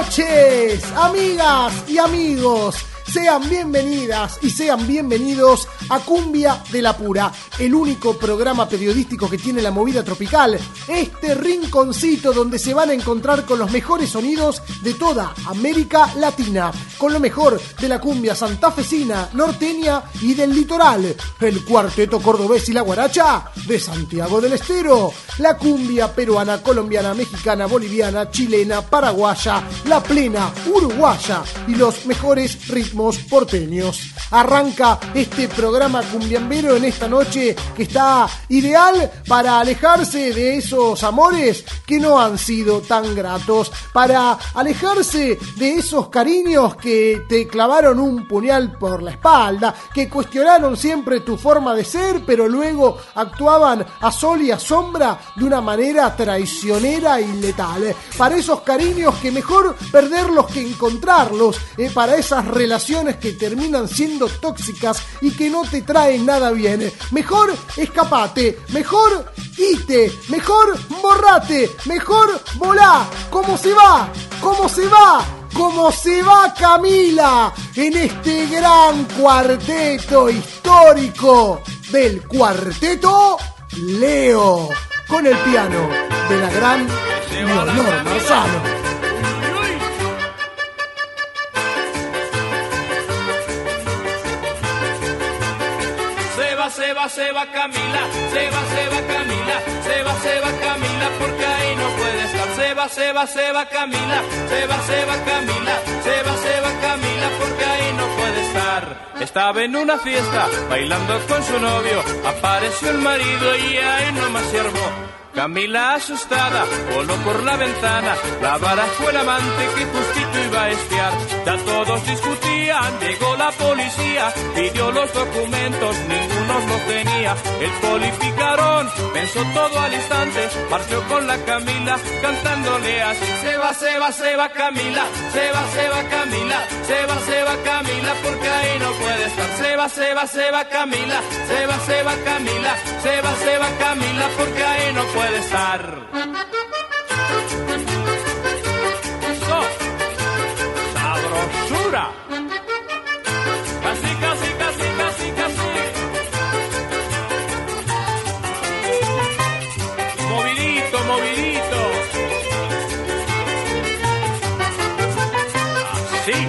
noches, amigas y amigos. Sean bienvenidas y sean bienvenidos a Cumbia de la Pura, el único programa periodístico que tiene la movida tropical, este rinconcito donde se van a encontrar con los mejores sonidos de toda América Latina, con lo mejor de la cumbia santafesina, norteña y del litoral, el cuarteto cordobés y la guaracha de Santiago del Estero, la cumbia peruana, colombiana, mexicana, boliviana, chilena, paraguaya, la plena, uruguaya y los mejores ritmos porteños. Arranca este programa cumbiambero en esta noche que está ideal para alejarse de esos amores que no han sido tan gratos, para alejarse de esos cariños que te clavaron un puñal por la espalda, que cuestionaron siempre tu forma de ser, pero luego actuaban a sol y a sombra de una manera traicionera y letal. Para esos cariños que mejor perderlos que encontrarlos, para esas relaciones que terminan siendo tóxicas y que no te traen nada bien. Mejor escapate, mejor ite, mejor borrate, mejor volá. ¿Cómo se va? ¿Cómo se va? ¿Cómo se va Camila en este gran cuarteto histórico del Cuarteto Leo? Con el piano de la gran Leonor Marzano. Se va Camila, se va Camila, se va Camila, porque ahí no puede estar. Se va Camila, se va Camila, se va Camila, porque ahí no puede estar. Estaba en una fiesta, bailando con su novio, apareció el marido y ahí nomás se armó. Camila asustada, voló por la ventana, la barajó el amante que justito iba a espiar. Ya todos discutían, llegó la policía, pidió los documentos, ninguno los tenía. El polipicarón pensó todo al instante, partió con la Camila, cantándole así. Se va Camila, se va Camila, se va Camila, porque ahí no puede estar. Se va Camila, se va Camila, se va Camila, porque ahí no puede estar. Eso, sabrosura. Casi. Movidito. Así.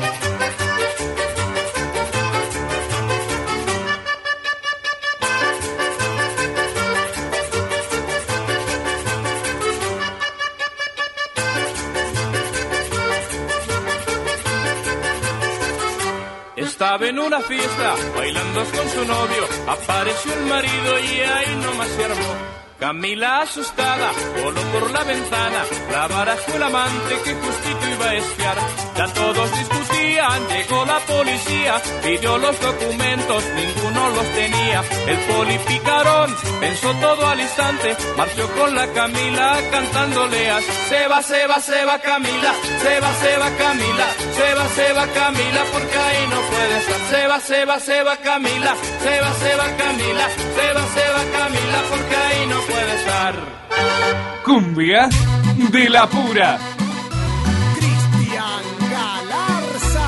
Estaba en una fiesta, bailando con su novio, apareció el marido y ahí nomás se armó. Camila asustada, voló por la ventana, la barajó el amante que justito iba a espiar. Ya todos discutían, llegó la policía, pidió los documentos, ninguno los tenía. El polipicarón pensó todo al instante, marchó con la Camila, cantándole así. Se va Camila, se va Camila, se va Camila, porque ahí no puede estar. Se va Camila, se va Camila, se va Camila, porque ahí no puede estar. Cumbia de la Pura. Cristian Galarza.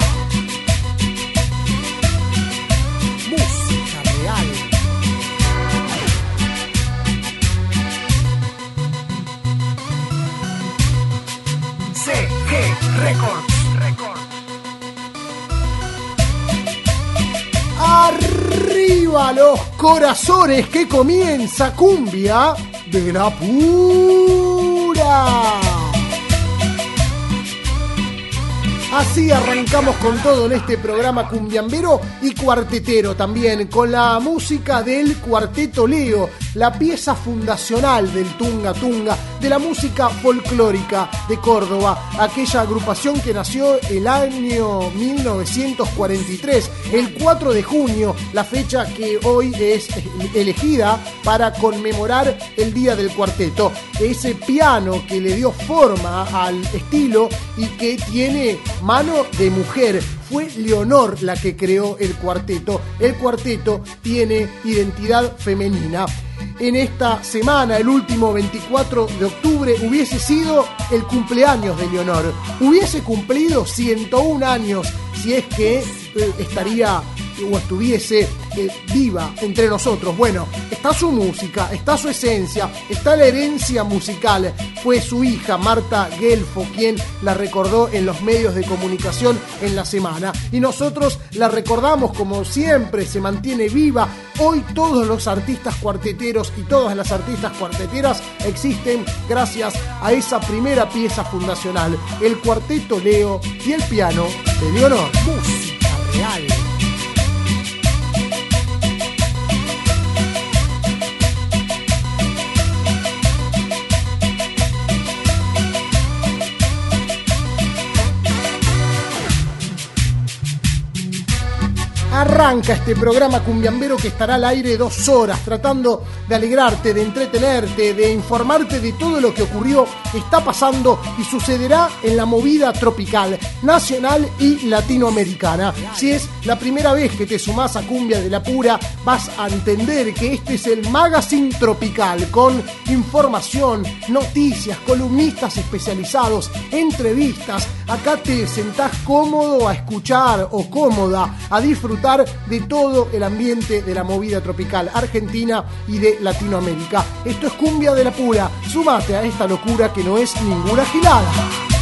Música real. CG Records. Arriba los corazones, que comienza Cumbia de la Pura. Así arrancamos con todo en este programa cumbiambero y cuartetero también, con la música del Cuarteto Leo, la pieza fundacional del Tunga Tunga, de la música folclórica de Córdoba, aquella agrupación que nació el año 1943, el 4 de junio, la fecha que hoy es elegida para conmemorar el Día del Cuarteto. Ese piano que le dio forma al estilo y que tiene mano de mujer. Fue Leonor la que creó el cuarteto. El cuarteto tiene identidad femenina. en esta semana, el último 24 de octubre, hubiese sido el cumpleaños de Leonor. Hubiese cumplido 101 años si es que estaría o estuviese viva entre nosotros. Bueno, está su música, está su esencia, está la herencia musical. Fue su hija Marta Gelfo quien la recordó en los medios de comunicación en la semana, y nosotros la recordamos como siempre se mantiene viva. Hoy todos los artistas cuarteteros y todas las artistas cuarteteras existen gracias a esa primera pieza fundacional, el Cuarteto Leo y el piano de Leonor. Música real. Arranca este programa cumbiambero que estará al aire 2 horas, tratando de alegrarte, de entretenerte, de informarte de todo lo que ocurrió, está pasando y sucederá en la movida tropical, nacional y latinoamericana. Si es la primera vez que te sumás a Cumbia de la Pura, vas a entender que este es el Magazine Tropical, con información, noticias, columnistas especializados, entrevistas. Acá te sentás cómodo a escuchar o cómoda a disfrutar de todo el ambiente de la movida tropical argentina y de Latinoamérica. Esto es Cumbia de la Pura. Súmate a esta locura que no es ninguna gilada.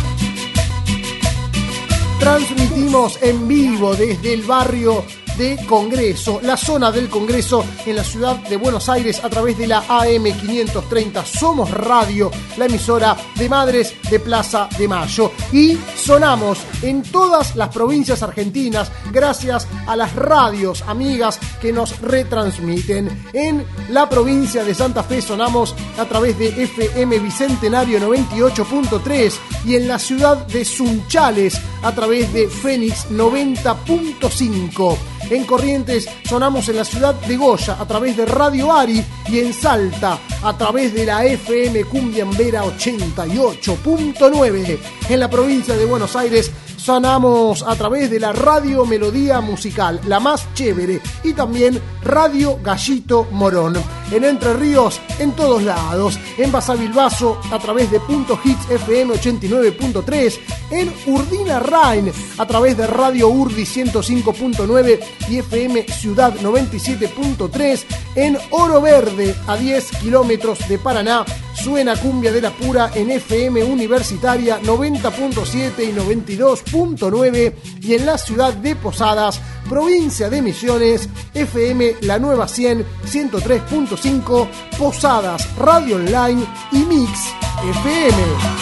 Transmitimos en vivo desde el barrio de Congreso, la zona del Congreso en la ciudad de Buenos Aires, a través de la AM530 Somos Radio, la emisora de Madres de Plaza de Mayo. Y sonamos en todas las provincias argentinas gracias a las radios amigas que nos retransmiten. En la provincia de Santa Fe sonamos a través de FM Bicentenario 98.3 y en la ciudad de Sunchales a través de Fénix 90.5. En Corrientes sonamos en la ciudad de Goya a través de Radio Ari y en Salta a través de la FM Cumbiambera 88.9. En la provincia de Buenos Aires sonamos a través de la Radio Melodía Musical, la más chévere, y también Radio Gallito Morón. En Entre Ríos, en todos lados. En Basavilbaso, a través de Punto Hits FM 89.3. En Urdina Rain, a través de Radio Urdi 105.9 y FM Ciudad 97.3. En Oro Verde, a 10 kilómetros de Paraná, suena Cumbia de la Pura en FM Universitaria 90.7 y 92.9. Y en la ciudad de Posadas, provincia de Misiones, FM La Nueva 103.5, Posadas Radio Online y Mix FM.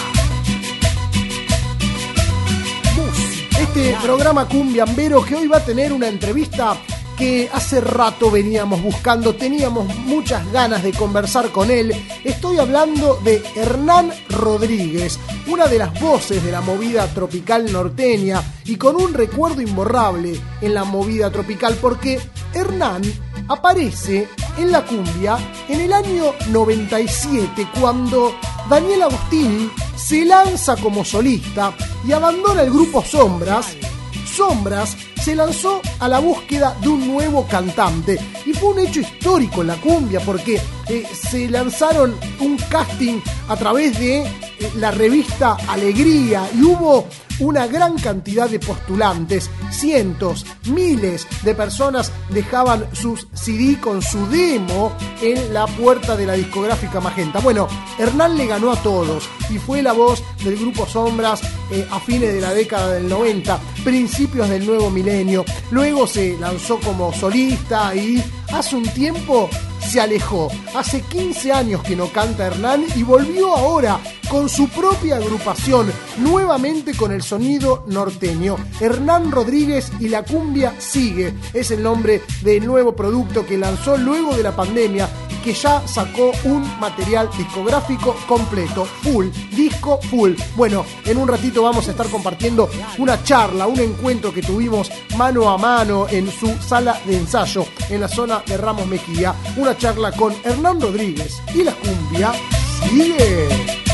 Este programa cumbiambero que hoy va a tener una entrevista que hace rato veníamos buscando, teníamos muchas ganas de conversar con él. Estoy hablando de Hernán Rodríguez, una de las voces de la movida tropical norteña y con un recuerdo imborrable en la movida tropical, porque Hernán aparece en la cumbia en el año 97, cuando Daniel Agostini se lanza como solista y abandona el grupo Sombras. Sombras se lanzó a la búsqueda de un nuevo cantante y fue un hecho histórico en la cumbia, porque se lanzaron un casting a través de la revista Alegría y hubo una gran cantidad de postulantes. Cientos, miles de personas dejaban sus CD con su demo en la puerta de la discográfica Magenta. Bueno, Hernán le ganó a todos y fue la voz del grupo Sombras a fines de la década del 90, principios del nuevo milenio. Luego se lanzó como solista y hace un tiempo se alejó. Hace 15 años que no canta Hernán y volvió ahora con su propia agrupación, nuevamente con el sonido norteño. Hernán Rodríguez y la cumbia sigue. Es el nombre del nuevo producto que lanzó luego de la pandemia, que ya sacó un material discográfico completo, full, disco full. Bueno, en un ratito vamos a estar compartiendo una charla, un encuentro que tuvimos mano a mano en su sala de ensayo en la zona de Ramos Mejía. Una charla con Hernán Rodríguez y la cumbia sigue.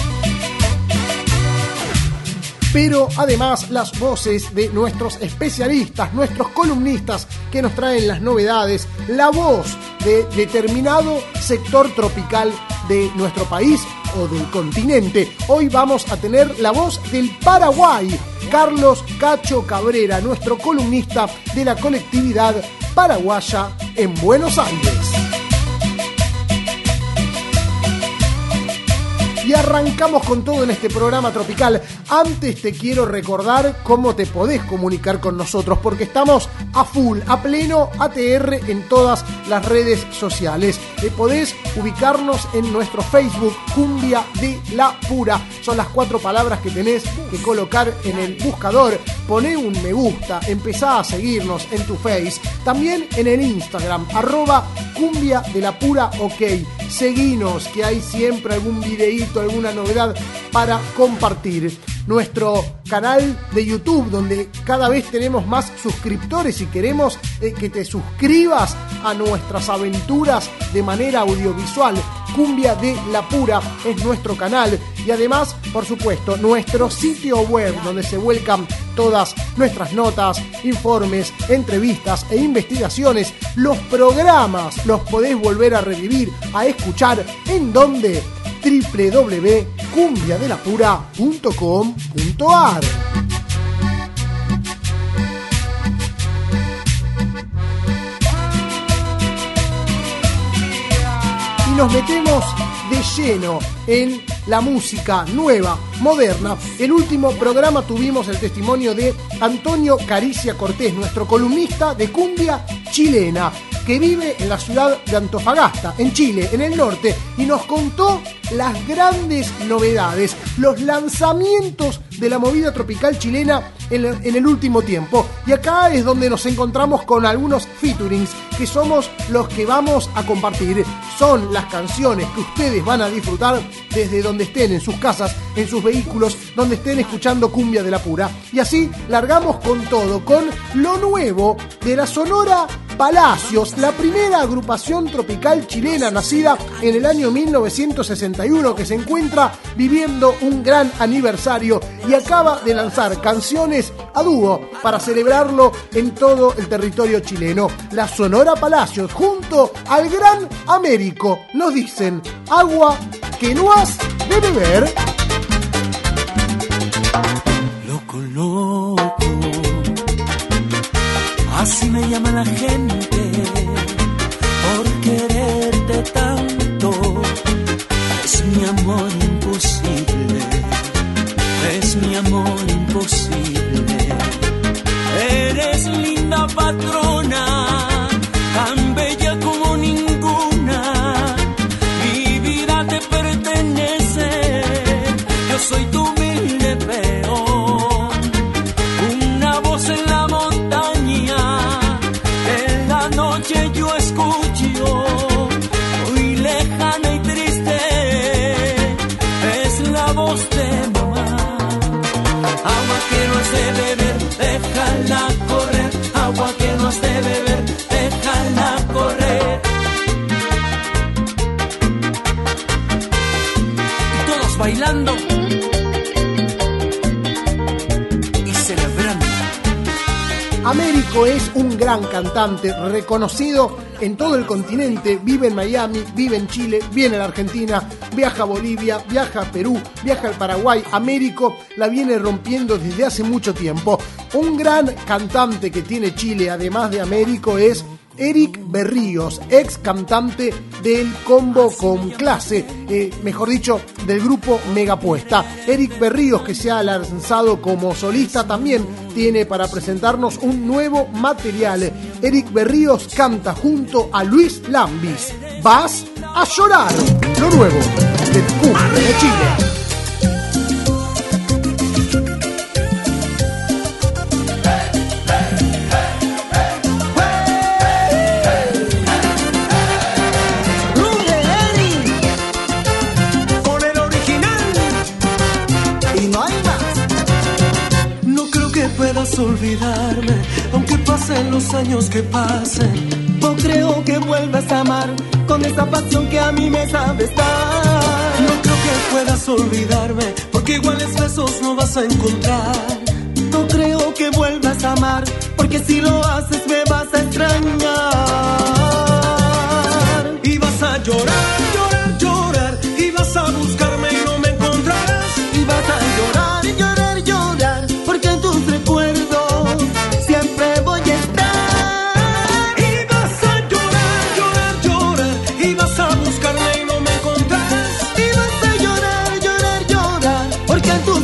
Pero además las voces de nuestros especialistas, nuestros columnistas que nos traen las novedades, la voz de determinado sector tropical de nuestro país o del continente. Hoy vamos a tener la voz del Paraguay, Carlos Cacho Cabrera, nuestro columnista de la colectividad paraguaya en Buenos Aires. Y arrancamos con todo en este programa tropical. Antes te quiero recordar cómo te podés comunicar con nosotros, porque estamos a full, a pleno ATR en todas las redes sociales. Podés ubicarnos en nuestro Facebook, Cumbia de la Pura. Son las 4 palabras que tenés que colocar en el buscador. Poné un me gusta, empezá a seguirnos en tu Face. También en el Instagram, @Cumbia de la Pura OK. Seguinos, que hay siempre algún videíto, alguna novedad para compartir. Nuestro canal de YouTube, donde cada vez tenemos más suscriptores y queremos que te suscribas a nuestras aventuras de manera audiovisual. Cumbia de la Pura es nuestro canal y además, por supuesto, nuestro sitio web donde se vuelcan todas nuestras notas, informes, entrevistas e investigaciones. Los programas los podés volver a revivir, a escuchar, ¿en dónde? www.cumbiadelapura.com.ar. Y nos metemos de lleno en la música nueva, moderna. El último programa tuvimos el testimonio de Antonio Caricia Cortés, nuestro columnista de cumbia chilena, que vive en la ciudad de Antofagasta, en Chile, en el norte, y nos contó las grandes novedades, los lanzamientos de la movida tropical chilena en el último tiempo. Y acá es donde nos encontramos con algunos featurings, que somos los que vamos a compartir. Son las canciones que ustedes van a disfrutar desde donde estén, en sus casas, en sus vehículos, donde estén escuchando Cumbia de la Pura. Y así largamos con todo, con lo nuevo de la Sonora Palacios, la primera agrupación tropical chilena nacida en el año 1961, que se encuentra viviendo un gran aniversario y acaba de lanzar canciones a dúo para celebrarlo en todo el territorio chileno. La Sonora Palacios junto al Gran Américo nos dicen: agua que no has de beber. Loco, loco, así me llama la gente por quererte tanto. Es mi amor imposible, es mi amor imposible. Eres linda patrona, tan bella como ninguna. Mi vida te pertenece, yo soy tu humilde peón. Una voz en la montaña, en la noche yo escucho, muy lejana y triste, es la voz de mamá. Agua que no has de beber, déjala correr. Agua que no has de beber, déjala correr. Y todos bailando y celebrando. Américo es un gran cantante reconocido en todo el continente. Vive en Miami, vive en Chile, viene a la Argentina, viaja a Bolivia, viaja a Perú, viaja al Paraguay. Américo la viene rompiendo desde hace mucho tiempo. Un gran cantante que tiene Chile, además de Américo, es Eric Berríos, ex cantante del combo Con Clase, mejor dicho, del grupo Megapuesta. Eric Berríos, que se ha lanzado como solista, también tiene para presentarnos un nuevo material. Eric Berríos canta junto a Luis Lambis, Vas a llorar, lo nuevo del cumbia de Chile. Olvidarme, aunque pasen los años que pasen, no creo que vuelvas a amar con esa pasión que a mí me sabe estar. No creo que puedas olvidarme, porque iguales besos no vas a encontrar. No creo que vuelvas a amar, porque si lo haces me vas a extrañar.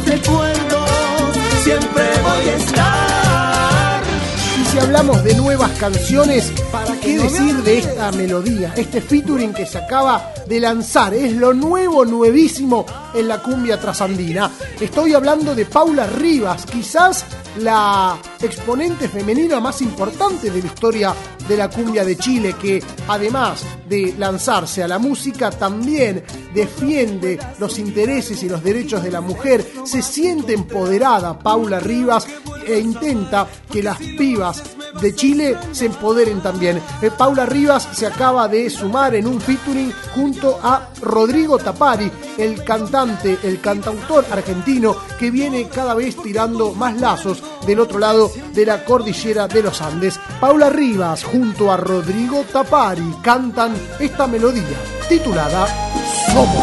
recuerdos siempre voy a estar. Y si hablamos de nuevas canciones, ¿para qué decir de esta melodía? Este featuring que se acaba de lanzar, es lo nuevo, nuevísimo en la cumbia trasandina. Estoy hablando de Paula Rivas, quizás la exponente femenina más importante de la historia de la cumbia de Chile, que además de lanzarse a la música también defiende los intereses y los derechos de la mujer. Se siente empoderada Paula Rivas e intenta que las pibas de Chile se empoderen también. Paula Rivas se acaba de sumar en un featuring junto a Rodrigo Tapari, el cantante, el cantautor argentino que viene cada vez tirando más lazos del otro lado de la cordillera de los Andes. Paula Rivas junto a Rodrigo Tapari cantan esta melodía titulada Somos.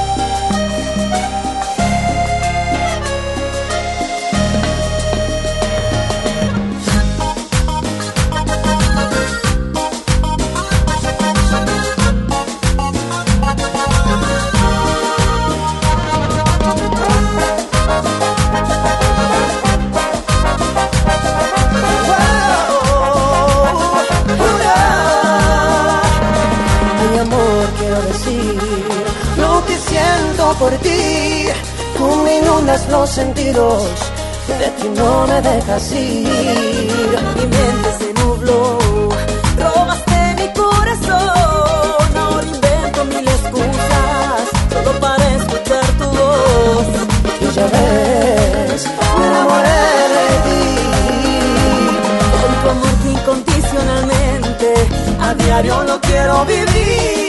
Por ti, tú me inundas los sentidos, de ti no me dejas ir. Mi mente se nubló, robaste mi corazón. Ahora invento mil excusas, solo para escuchar tu voz. Y ya ves, me enamoré de ti. Con tu amor que incondicionalmente a diario lo quiero vivir.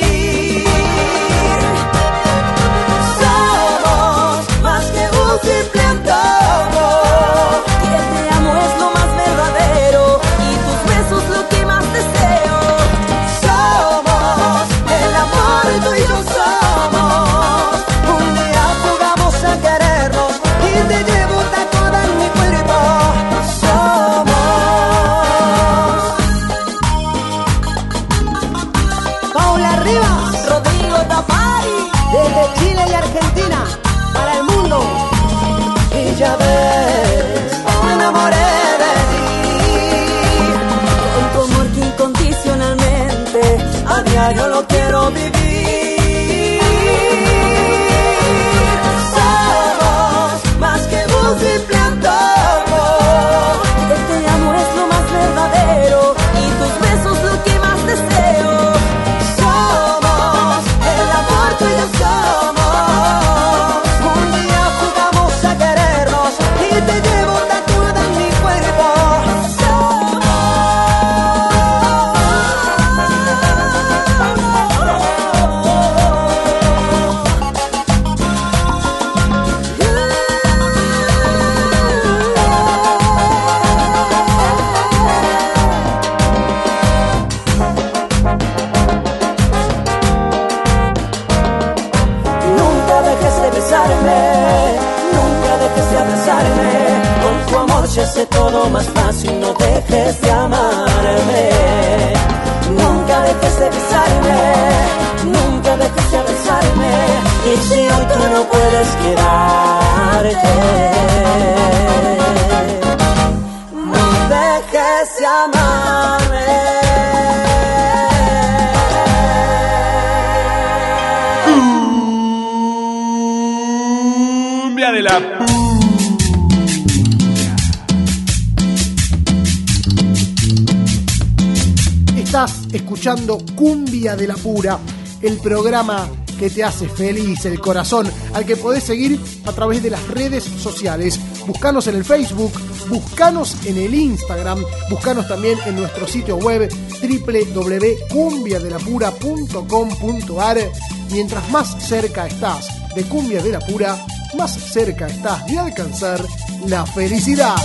Simple antojo, y el te amo es lo más verdadero, y tus besos lo que más deseo. Somos el amor, tú y yo somos. Un día jugamos a querernos y te llevo tatuada en mi cuerpo. Somos Paula Rivas, Rodrigo Tapari, desde Chile y Argentina para el mundo. Y ya ves, me enamoré de ti. Con tu amor que incondicionalmente a diario lo quiero vivir. Somos más que un simple antojo. El te amo es lo más verdadero y tus besos lo que más deseo. Somos el amor que yo somos. Te llevo tatuada en mi cuerpo. Nunca dejes de besarme, nunca dejes de abrazarme. Con tu amor se hace todo más fácil, no dejes de amarme. Nunca dejes de besarme, nunca dejes de abrazarme. Y si hoy tú no puedes quedarte, no dejes de amarme. Cumbia de la Estás escuchando Cumbia de la Pura, el programa que te hace feliz el corazón, al que podés seguir a través de las redes sociales. Buscanos en el Facebook, buscanos en el Instagram, buscanos también en nuestro sitio web www.cumbiadelapura.com.ar. Mientras más cerca estás de Cumbia de la Pura, más cerca estás de alcanzar la felicidad.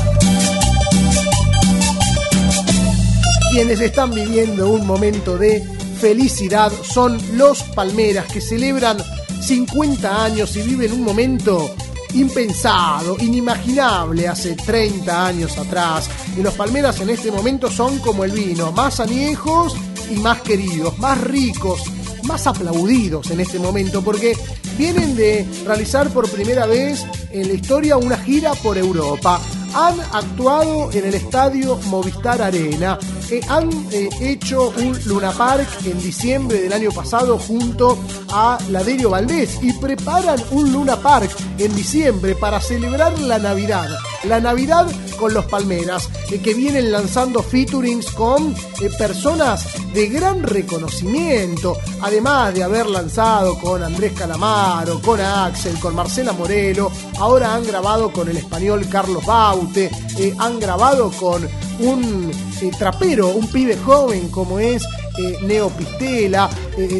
Quienes están viviendo un momento de felicidad son los Palmeras, que celebran 50 años y viven un momento impensado, inimaginable hace 30 años atrás. Y los Palmeras en este momento son como el vino, más añejos y más queridos, más ricos, más aplaudidos en este momento, porque vienen de realizar por primera vez en la historia una gira por Europa. Han actuado en el estadio Movistar Arena, han hecho un Luna Park en diciembre del año pasado junto a Laderio Valdés y preparan un Luna Park en diciembre para celebrar la Navidad con los Palmeras, que vienen lanzando featurings con personas de gran reconocimiento, además de haber lanzado con Andrés Calamaro, con Axel, con Marcela Morelo. Ahora han grabado con el español Carlos Baute, han grabado con un trapero, un pibe joven como es Neo Pistea,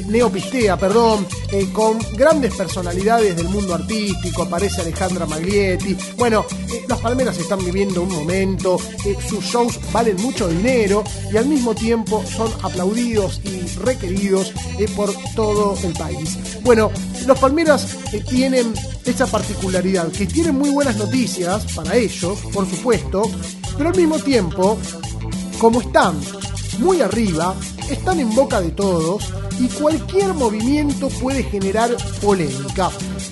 con grandes personalidades del mundo artístico. Aparece Alejandra Maglietti. Bueno, los Palmeras están viviendo un momento, sus shows valen mucho dinero y al mismo tiempo son aplaudidos y requeridos por todo el país. Bueno, los Palmeras tienen esa particularidad, que tienen muy buenas noticias para ellos, por supuesto, pero al mismo tiempo, como están muy arriba, están en boca de todos y cualquier movimiento puede generar polémica.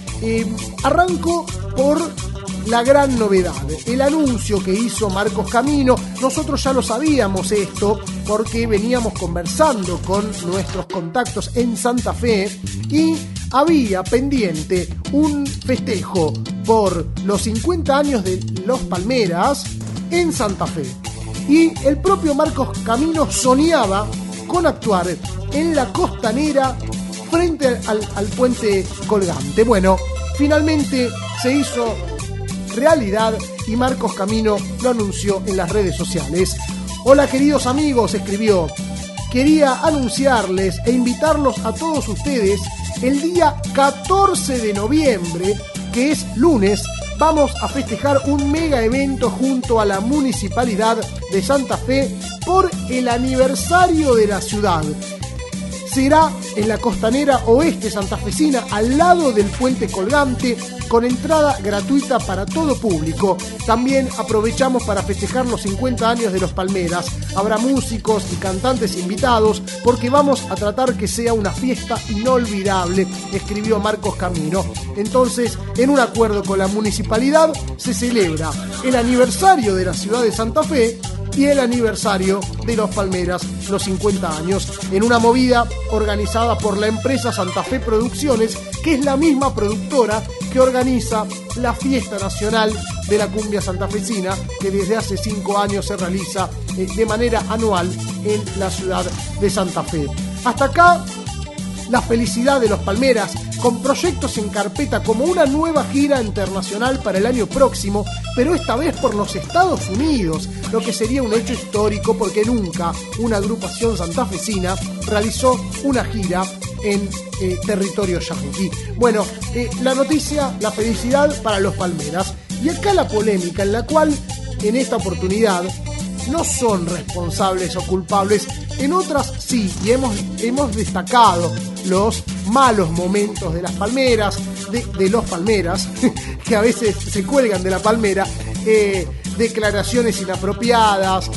Arranco por la gran novedad, el anuncio que hizo Marcos Camino. Nosotros ya lo sabíamos esto porque veníamos conversando con nuestros contactos en Santa Fe y había pendiente un festejo por los 50 años de los Palmeras en Santa Fe. Y el propio Marcos Camino soñaba con actuar en la Costanera frente al puente colgante. Bueno, finalmente se hizo realidad y Marcos Camino lo anunció en las redes sociales. Hola queridos amigos, escribió. Quería anunciarles e invitarlos a todos ustedes el día 14 de noviembre, que es lunes. Vamos a festejar un mega evento junto a la Municipalidad de Santa Fe por el aniversario de la ciudad. Será en la Costanera Oeste santafesina, al lado del puente colgante, con entrada gratuita para todo público. También aprovechamos para festejar los 50 años de los Palmeras. Habrá músicos y cantantes invitados porque vamos a tratar que sea una fiesta inolvidable, escribió Marcos Camino. Entonces, en un acuerdo con la municipalidad, se celebra el aniversario de la ciudad de Santa Fe y el aniversario de los Palmeras, los 50 años, en una movida organizada por la empresa Santa Fe Producciones, que es la misma productora que organiza la fiesta nacional de la cumbia santafesina, que desde hace 5 años se realiza de manera anual en la ciudad de Santa Fe. Hasta acá la felicidad de los Palmeras, con proyectos en carpeta como una nueva gira internacional para el año próximo, pero esta vez por los Estados Unidos, lo que sería un hecho histórico porque nunca una agrupación santafesina realizó una gira en territorio yanqui. Bueno, la noticia, la felicidad para los Palmeras. Y acá la polémica en la cual en esta oportunidad no son responsables o culpables, en otras sí, y hemos destacado los malos momentos de las Palmeras, de los Palmeras, que a veces se cuelgan de la palmera, declaraciones inapropiadas,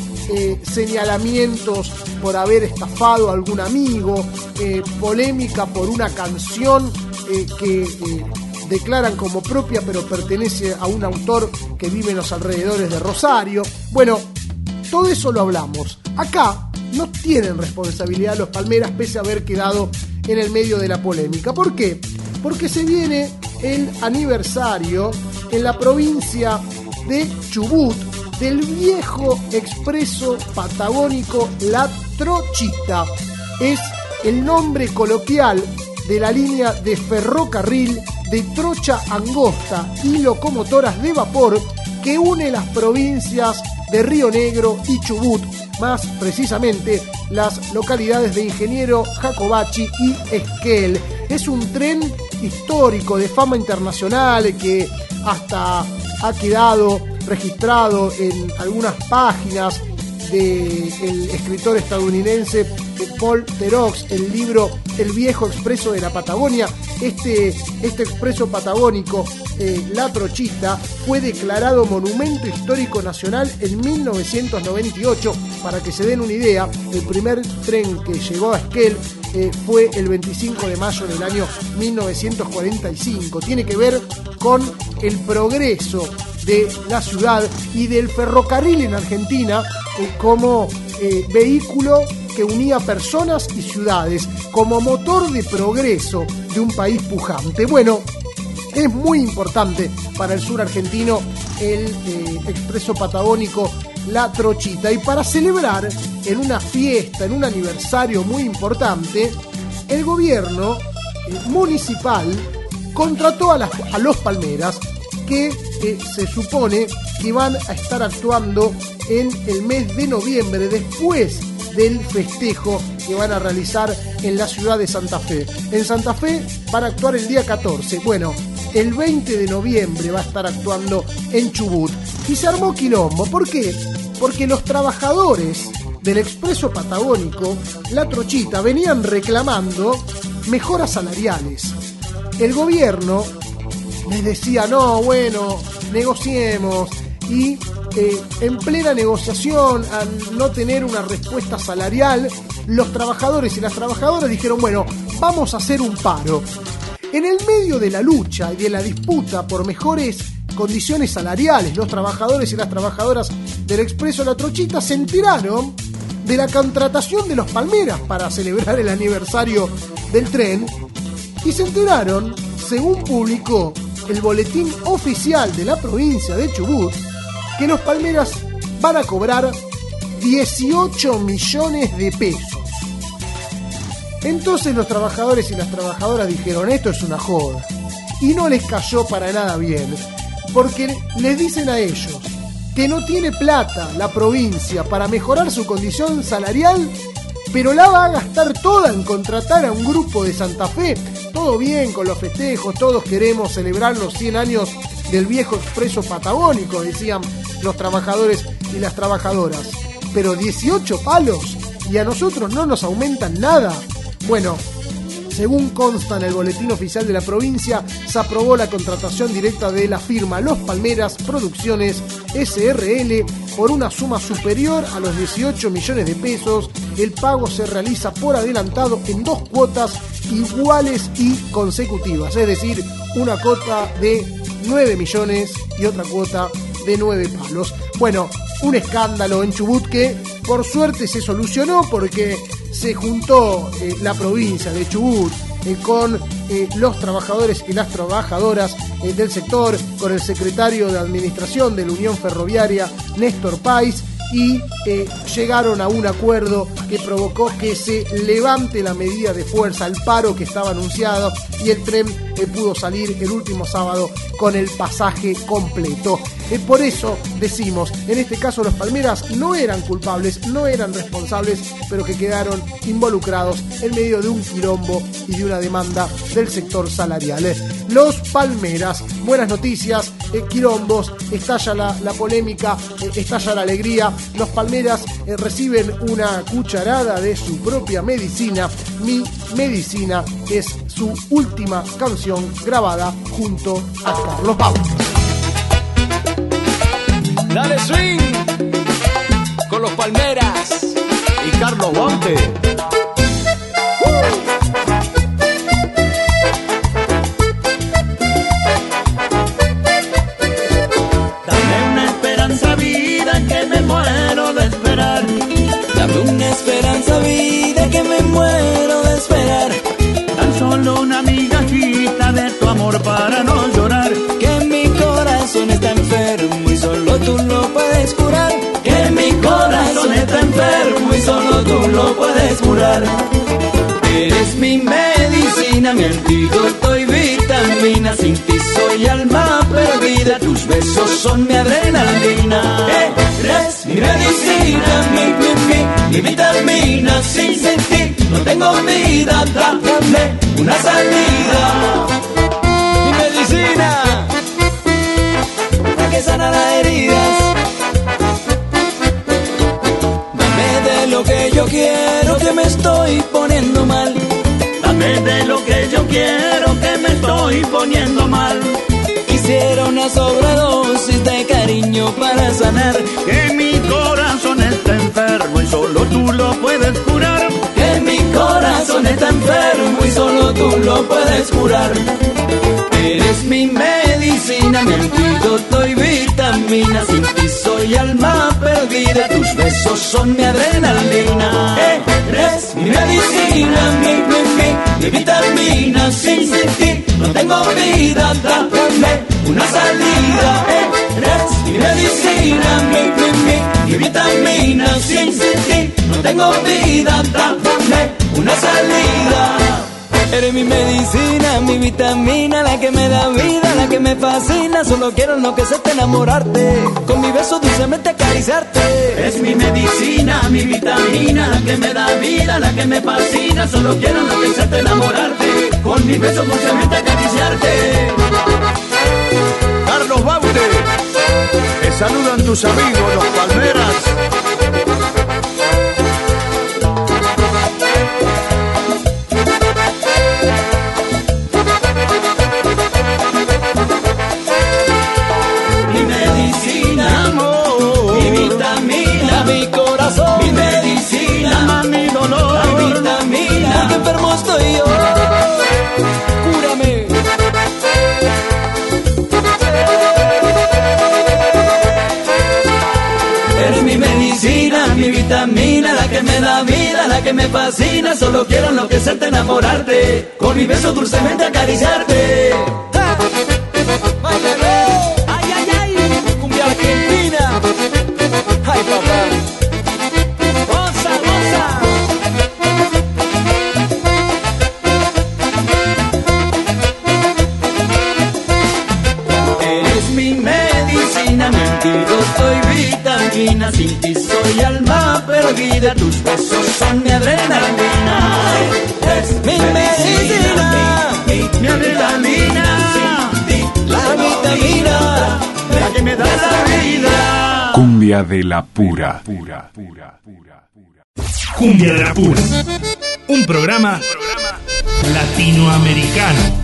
señalamientos por haber estafado a algún amigo, polémica por una canción que declaran como propia pero pertenece a un autor que vive en los alrededores de Rosario. Bueno, todo eso lo hablamos. Acá no tienen responsabilidad los Palmeras pese a haber quedado en el medio de la polémica. ¿Por qué? Porque se viene el aniversario en la provincia de Chubut del viejo expreso patagónico La Trochita. Es el nombre coloquial de la línea de ferrocarril de trocha angosta y locomotoras de vapor que une las provincias de Río Negro y Chubut, más precisamente las localidades de Ingeniero, Jacobachi y Esquel. Es un tren histórico de fama internacional que hasta ha quedado registrado en algunas páginas del escritor estadounidense Paul Theroux, el libro El viejo expreso de la Patagonia, este expreso patagónico, La Trochita, fue declarado Monumento Histórico Nacional en 1998. Para que se den una idea, el primer tren que llegó a Esquel fue el 25 de mayo del año 1945. Tiene que ver con el progreso de la ciudad y del ferrocarril en Argentina como vehículo que unía personas y ciudades, como motor de progreso de un país pujante. Bueno, es muy importante para el sur argentino el expreso patagónico La Trochita, y para celebrar en una fiesta, en un aniversario muy importante, el gobierno municipal contrató a los Palmeras, que se supone que van a estar actuando en el mes de noviembre, después del festejo que van a realizar en la ciudad de Santa Fe. En Santa Fe van a actuar el día 14. Bueno, el 20 de noviembre va a estar actuando en Chubut. Y se armó quilombo. ¿Por qué? Porque los trabajadores del expreso patagónico La Trochita venían reclamando mejoras salariales. El gobierno les decía, no, bueno, negociemos, y en plena negociación, al no tener una respuesta salarial, los trabajadores y las trabajadoras dijeron, bueno, vamos a hacer un paro. En el medio de la lucha y de la disputa por mejores condiciones salariales, los trabajadores y las trabajadoras del expreso La Trochita se enteraron de la contratación de los Palmeras para celebrar el aniversario del tren, y se enteraron, según publicó el boletín oficial de la provincia de Chubut, que los Palmeras van a cobrar 18 millones de pesos. Entonces los trabajadores y las trabajadoras dijeron, esto es una joda. Y no les cayó para nada bien, porque les dicen a ellos que no tiene plata la provincia para mejorar su condición salarial, pero la va a gastar toda en contratar a un grupo de Santa Fe. Todo bien con los festejos, todos queremos celebrar los 100 años del viejo expreso patagónico, decían los trabajadores y las trabajadoras. Pero 18 palos y a nosotros no nos aumentan nada. Bueno, según consta en el boletín oficial de la provincia, se aprobó la contratación directa de la firma Los Palmeras Producciones SRL por una suma superior a los 18 millones de pesos. El pago se realiza por adelantado en 2 cuotas iguales y consecutivas, es decir, una cuota de 9 millones y otra cuota de 9 palos. Bueno, un escándalo en Chubut que por suerte se solucionó, porque se juntó la provincia de Chubut con los trabajadores y las trabajadoras del sector, con el secretario de Administración de la Unión Ferroviaria, Néstor Pais, y llegaron a un acuerdo que provocó que se levante la medida de fuerza, el paro que estaba anunciado, y el tren pudo salir el último sábado con el pasaje completo. Por eso decimos, en este caso los Palmeras no eran culpables, no eran responsables, pero que quedaron involucrados en medio de un quilombo y de una demanda del sector salarial. Los Palmeras, buenas noticias, quilombos, estalla la polémica, estalla la alegría. Los Palmeras reciben una cucharada de su propia medicina. Mi medicina es su última canción grabada junto a Carlos Bautes. Dale swing con los Palmeras y Carlos Bautes. Dame una esperanza, vida, que me muero de esperar. Dame una esperanza, vida, que me muero de esperar. Tan solo una migajita de tu amor para no llorar. Que mi corazón está enfermo y solo tú lo puedes curar. Que mi corazón está enfermo y solo tú lo puedes curar. Eres mi medicina, mi antídoto y vitamina. Sin ti soy alma perdida, tus besos son mi adrenalina. Eres mi medicina, mi vitamina. Sin sentir no tengo vida, dame una salida. Mi medicina para que sana las heridas. Dame de lo que yo quiero, que me estoy poniendo mal. Dame de lo que yo quiero, que una sobredosis de cariño para sanar. Que mi corazón está enfermo y solo tú lo puedes curar. Que mi corazón está enfermo y solo tú lo puedes curar. Eres mi medicina, mi antídoto y vitamina. Sin ti soy alma perdida, tus besos son mi adrenalina. Eres mi medicina, mi vitamina. Sin ti no tengo vida, dame una salida. Eres mi medicina, mi vitamina. Sin ti no tengo vida, dame una salida. Eres mi medicina, mi vitamina, la que me da vida, la que me fascina. Solo quiero enloquecerte, enamorarte, con mi beso dulcemente acariciarte. Es mi medicina, mi vitamina, la que me da vida, la que me fascina. Solo quiero enloquecerte, enamorarte, con mi beso dulcemente acariciarte. Carlos Baute, te saludan tus amigos, los Palmeras. Enfermo estoy yo, cúrame. Eres mi medicina, mi vitamina, la que me da vida, la que me fascina. Solo quiero enloquecerte, enamorarte, con mi beso dulcemente acariciarte. ¡Báilalo! ¡Ay, ay, ay! ¡Cumbia argentina! ¡Ay, papá! ¡Goza, goza! Sin ti soy alma perdida, tus besos son mi adrenalina. Es mi medicina, mi adrenalina, la vitamina, la que me da la vida. Cumbia de la pura. Cumbia de la pura. Un programa latinoamericano.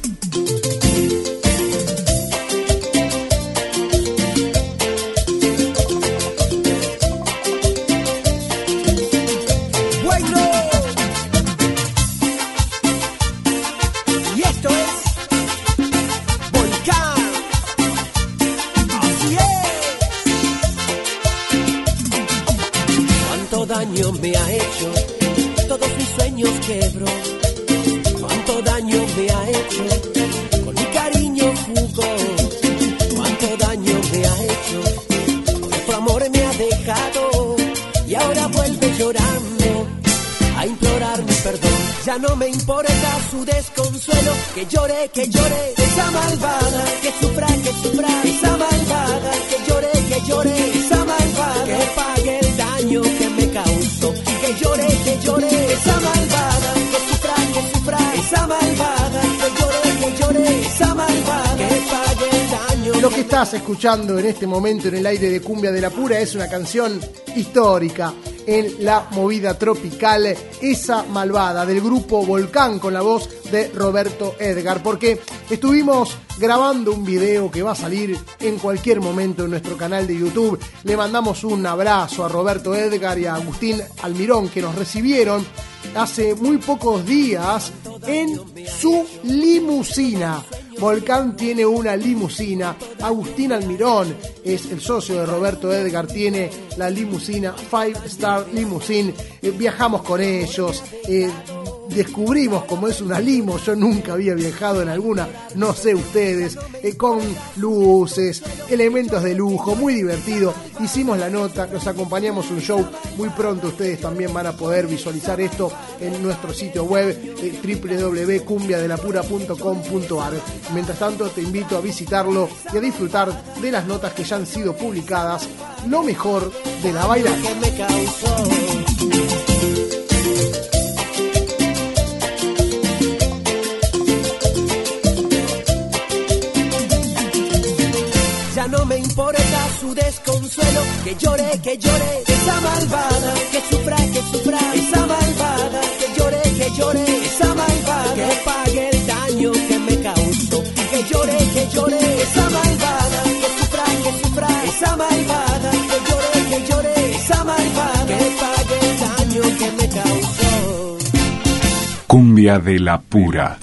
Me ha hecho, todos mis sueños quebró. Cuánto daño me ha hecho, con mi cariño jugó. Cuánto daño me ha hecho, con tu amor me ha dejado. Y ahora vuelve llorando a implorar mi perdón. Ya no me importa su desconsuelo, que llore, esa malvada. Que sufra, esa malvada. Que llore, esa malvada. Que pague el daño que me causó. Que llore, esa malvada. Que sufra, esa malvada. Que llore, esa malvada. Que pague el daño. Lo que estás escuchando en este momento en el aire de Cumbia de la Pura es una canción histórica en la movida tropical, Esa Malvada, del grupo Volcán, con la voz de Roberto Edgar, porque estuvimos grabando un video que va a salir en cualquier momento en nuestro canal de YouTube. Le mandamos un abrazo a Roberto Edgar y a Agustín Almirón, que nos recibieron hace muy pocos días en su limusina. Volcán tiene una limusina, Agustín Almirón es el socio de Roberto Edgar, tiene la limusina 5 Star Limousine. Viajamos con ellos, descubrimos cómo es una limo. Yo nunca había viajado en alguna, no sé ustedes, con luces, elementos de lujo, muy divertido. Hicimos la nota, nos acompañamos un show. Muy pronto ustedes también van a poder visualizar esto en nuestro sitio web www.cumbiadelapura.com.ar. Mientras tanto te invito a visitarlo y a disfrutar de las notas que ya han sido publicadas, lo mejor de la bailada. Ya no me importa su desconsuelo, que llore, esa malvada. Que sufra, esa malvada. Que llore, esa malvada. Que pague el daño que me causó. Que llore, esa malvada. cumbia de la pura.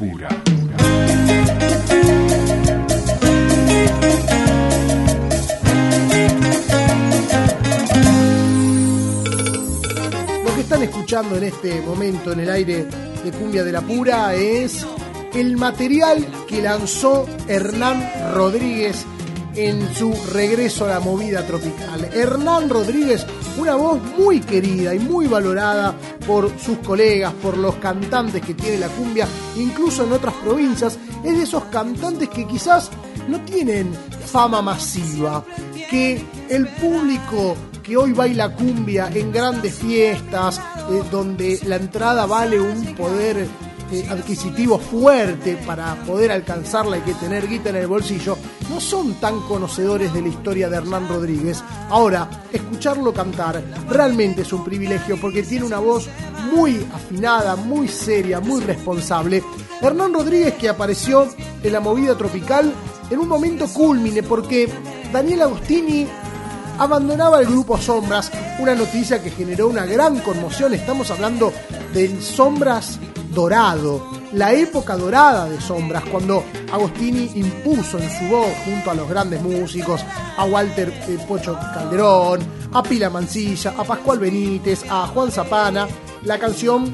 Lo que están escuchando en este momento en el aire de Cumbia de la Pura es el material que lanzó Hernán Rodríguez en su regreso a la movida tropical. Hernán Rodríguez, una voz muy querida y muy valorada por sus colegas, por los cantantes que tiene la cumbia, incluso en otras provincias, es de esos cantantes que quizás no tienen fama masiva, que el público que hoy baila cumbia en grandes fiestas, donde la entrada vale un poder adquisitivo fuerte, para poder alcanzarla hay que tener guita en el bolsillo, no son tan conocedores de la historia de Hernán Rodríguez. Ahora, escucharlo cantar realmente es un privilegio, porque tiene una voz muy afinada, muy seria, muy responsable. Hernán Rodríguez, que apareció en la movida tropical en un momento cúlmine, porque Daniel Agostini abandonaba el grupo Sombras, una noticia que generó una gran conmoción. Estamos hablando del Sombras dorado, la época dorada de Sombras, cuando Agostini impuso en su voz, junto a los grandes músicos, a Walter Pocho Calderón, a Pila Mancilla, a Pascual Benítez, a Juan Zapana, la canción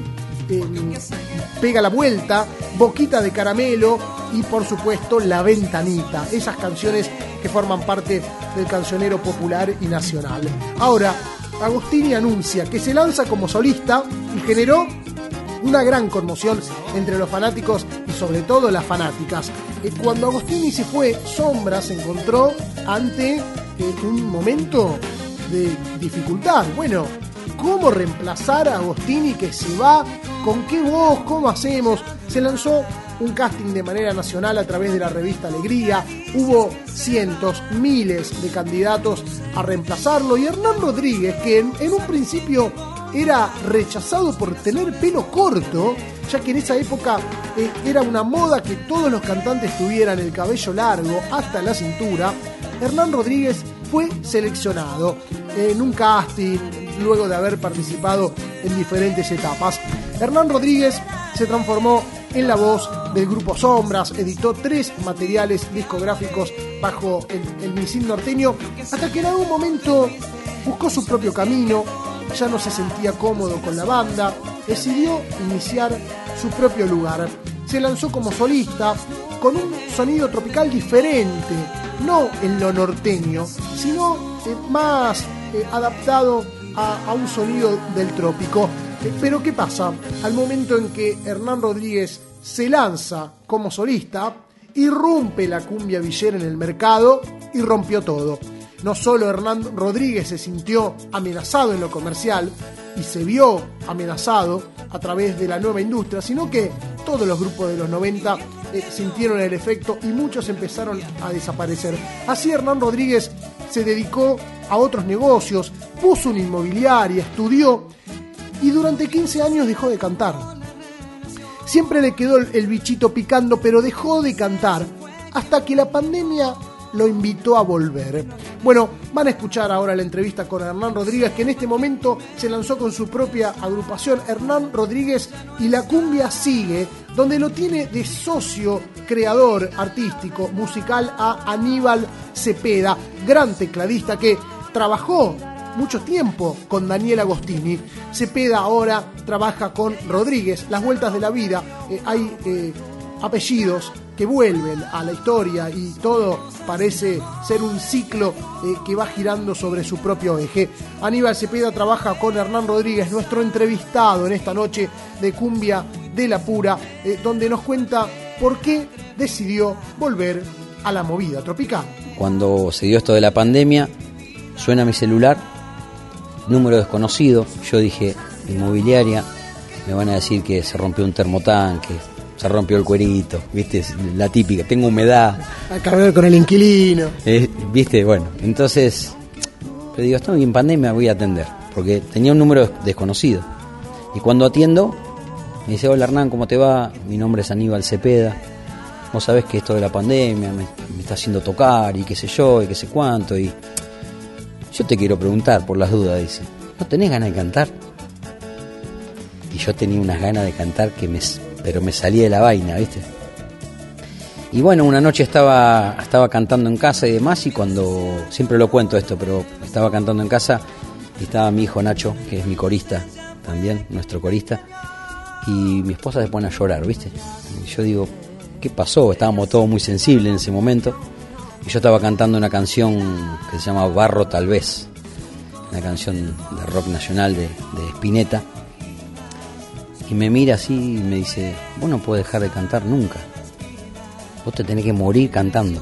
Pega la Vuelta, Boquita de Caramelo y por supuesto La Ventanita, esas canciones que forman parte del cancionero popular y nacional. Ahora, Agostini anuncia que se lanza como solista y generó una gran conmoción entre los fanáticos y sobre todo las fanáticas. Cuando Agostini se fue, Sombras se encontró ante un momento de dificultad. Bueno, ¿cómo reemplazar a Agostini que se va? ¿Con qué voz? ¿Cómo hacemos? Se lanzó un casting de manera nacional a través de la revista Alegría. Hubo cientos, miles de candidatos a reemplazarlo, y Hernán Rodríguez, que en un principio era rechazado por tener pelo corto, ya que en esa época era una moda que todos los cantantes tuvieran el cabello largo hasta la cintura, Hernán Rodríguez fue seleccionado en un casting luego de haber participado en diferentes etapas. Hernán Rodríguez se transformó en la voz del grupo Sombras, editó 3 materiales discográficos bajo el misil norteño, hasta que en algún momento buscó su propio camino, ya no se sentía cómodo con la banda, decidió iniciar su propio lugar. Se lanzó como solista con un sonido tropical diferente, no en lo norteño, sino más adaptado a un sonido del trópico. Pero ¿qué pasa? Al momento en que Hernán Rodríguez se lanza como solista, irrumpe la cumbia villera en el mercado y rompió todo. No solo Hernán Rodríguez se sintió amenazado en lo comercial y se vio amenazado a través de la nueva industria, sino que todos los grupos de los 90 sintieron el efecto y muchos empezaron a desaparecer. Así Hernán Rodríguez se dedicó a otros negocios, puso una inmobiliaria, estudió y durante 15 años dejó de cantar. Siempre le quedó el bichito picando, pero dejó de cantar hasta que la pandemia lo invitó a volver. Bueno, van a escuchar ahora la entrevista con Hernán Rodríguez, que en este momento se lanzó con su propia agrupación, Hernán Rodríguez y la Cumbia Sigue, donde lo tiene de socio creador artístico musical a Aníbal Cepeda, gran tecladista que trabajó mucho tiempo con Daniel Agostini. Cepeda ahora trabaja con Rodríguez. Las vueltas de la vida, hay apellidos que vuelven a la historia y todo parece ser un ciclo que va girando sobre su propio eje. Aníbal Cepeda trabaja con Hernán Rodríguez, nuestro entrevistado en esta noche de Cumbia de la Pura, donde nos cuenta por qué decidió volver a la movida tropical. Cuando se dio esto de la pandemia, suena mi celular, número desconocido. Yo dije, inmobiliaria, me van a decir que se rompió un termotanque, se rompió el cuerito, ¿viste? La típica, tengo humedad. Hay que hablar con el inquilino. ¿Viste? Bueno, entonces, le digo, estoy en pandemia, voy a atender, porque tenía un número desconocido. Y cuando atiendo, me dice, hola Hernán, ¿cómo te va? Mi nombre es Aníbal Cepeda. Vos sabés que esto de la pandemia me está haciendo tocar y qué sé yo, y qué sé cuánto. Y yo te quiero preguntar, por las dudas, dice, ¿no tenés ganas de cantar? Y yo tenía unas ganas de cantar que me pero me salía de la vaina, ¿viste? Y bueno, una noche estaba cantando en casa y demás, y cuando, siempre lo cuento esto, pero estaba cantando en casa y estaba mi hijo Nacho, que es mi corista también, nuestro corista, y mi esposa se pone a llorar, ¿viste? Y yo digo, ¿qué pasó? Estábamos todos muy sensibles en ese momento, y yo estaba cantando una canción que se llama Barro Tal Vez, una canción de rock nacional de Spinetta, y me mira así y me dice, vos no podés dejar de cantar nunca, vos te tenés que morir cantando.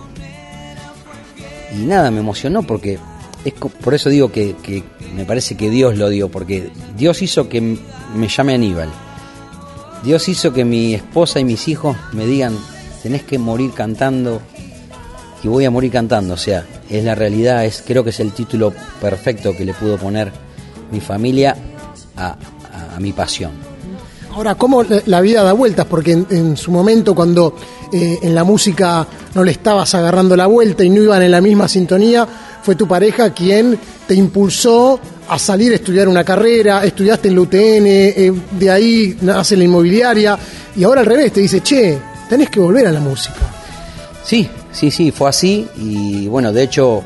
Y nada, me emocionó porque por eso digo que me parece que Dios lo dio, porque Dios hizo que me llame Aníbal, Dios hizo que mi esposa y mis hijos me digan, tenés que morir cantando, y voy a morir cantando. O sea, es la realidad, creo que es el título perfecto que le pudo poner mi familia a mi pasión. Ahora, ¿cómo la vida da vueltas? Porque en su momento, cuando en la música no le estabas agarrando la vuelta y no iban en la misma sintonía, fue tu pareja quien te impulsó a salir a estudiar una carrera, estudiaste en la UTN, de ahí nace la inmobiliaria, y ahora al revés, te dice, che, tenés que volver a la música. Sí, fue así, y bueno, de hecho,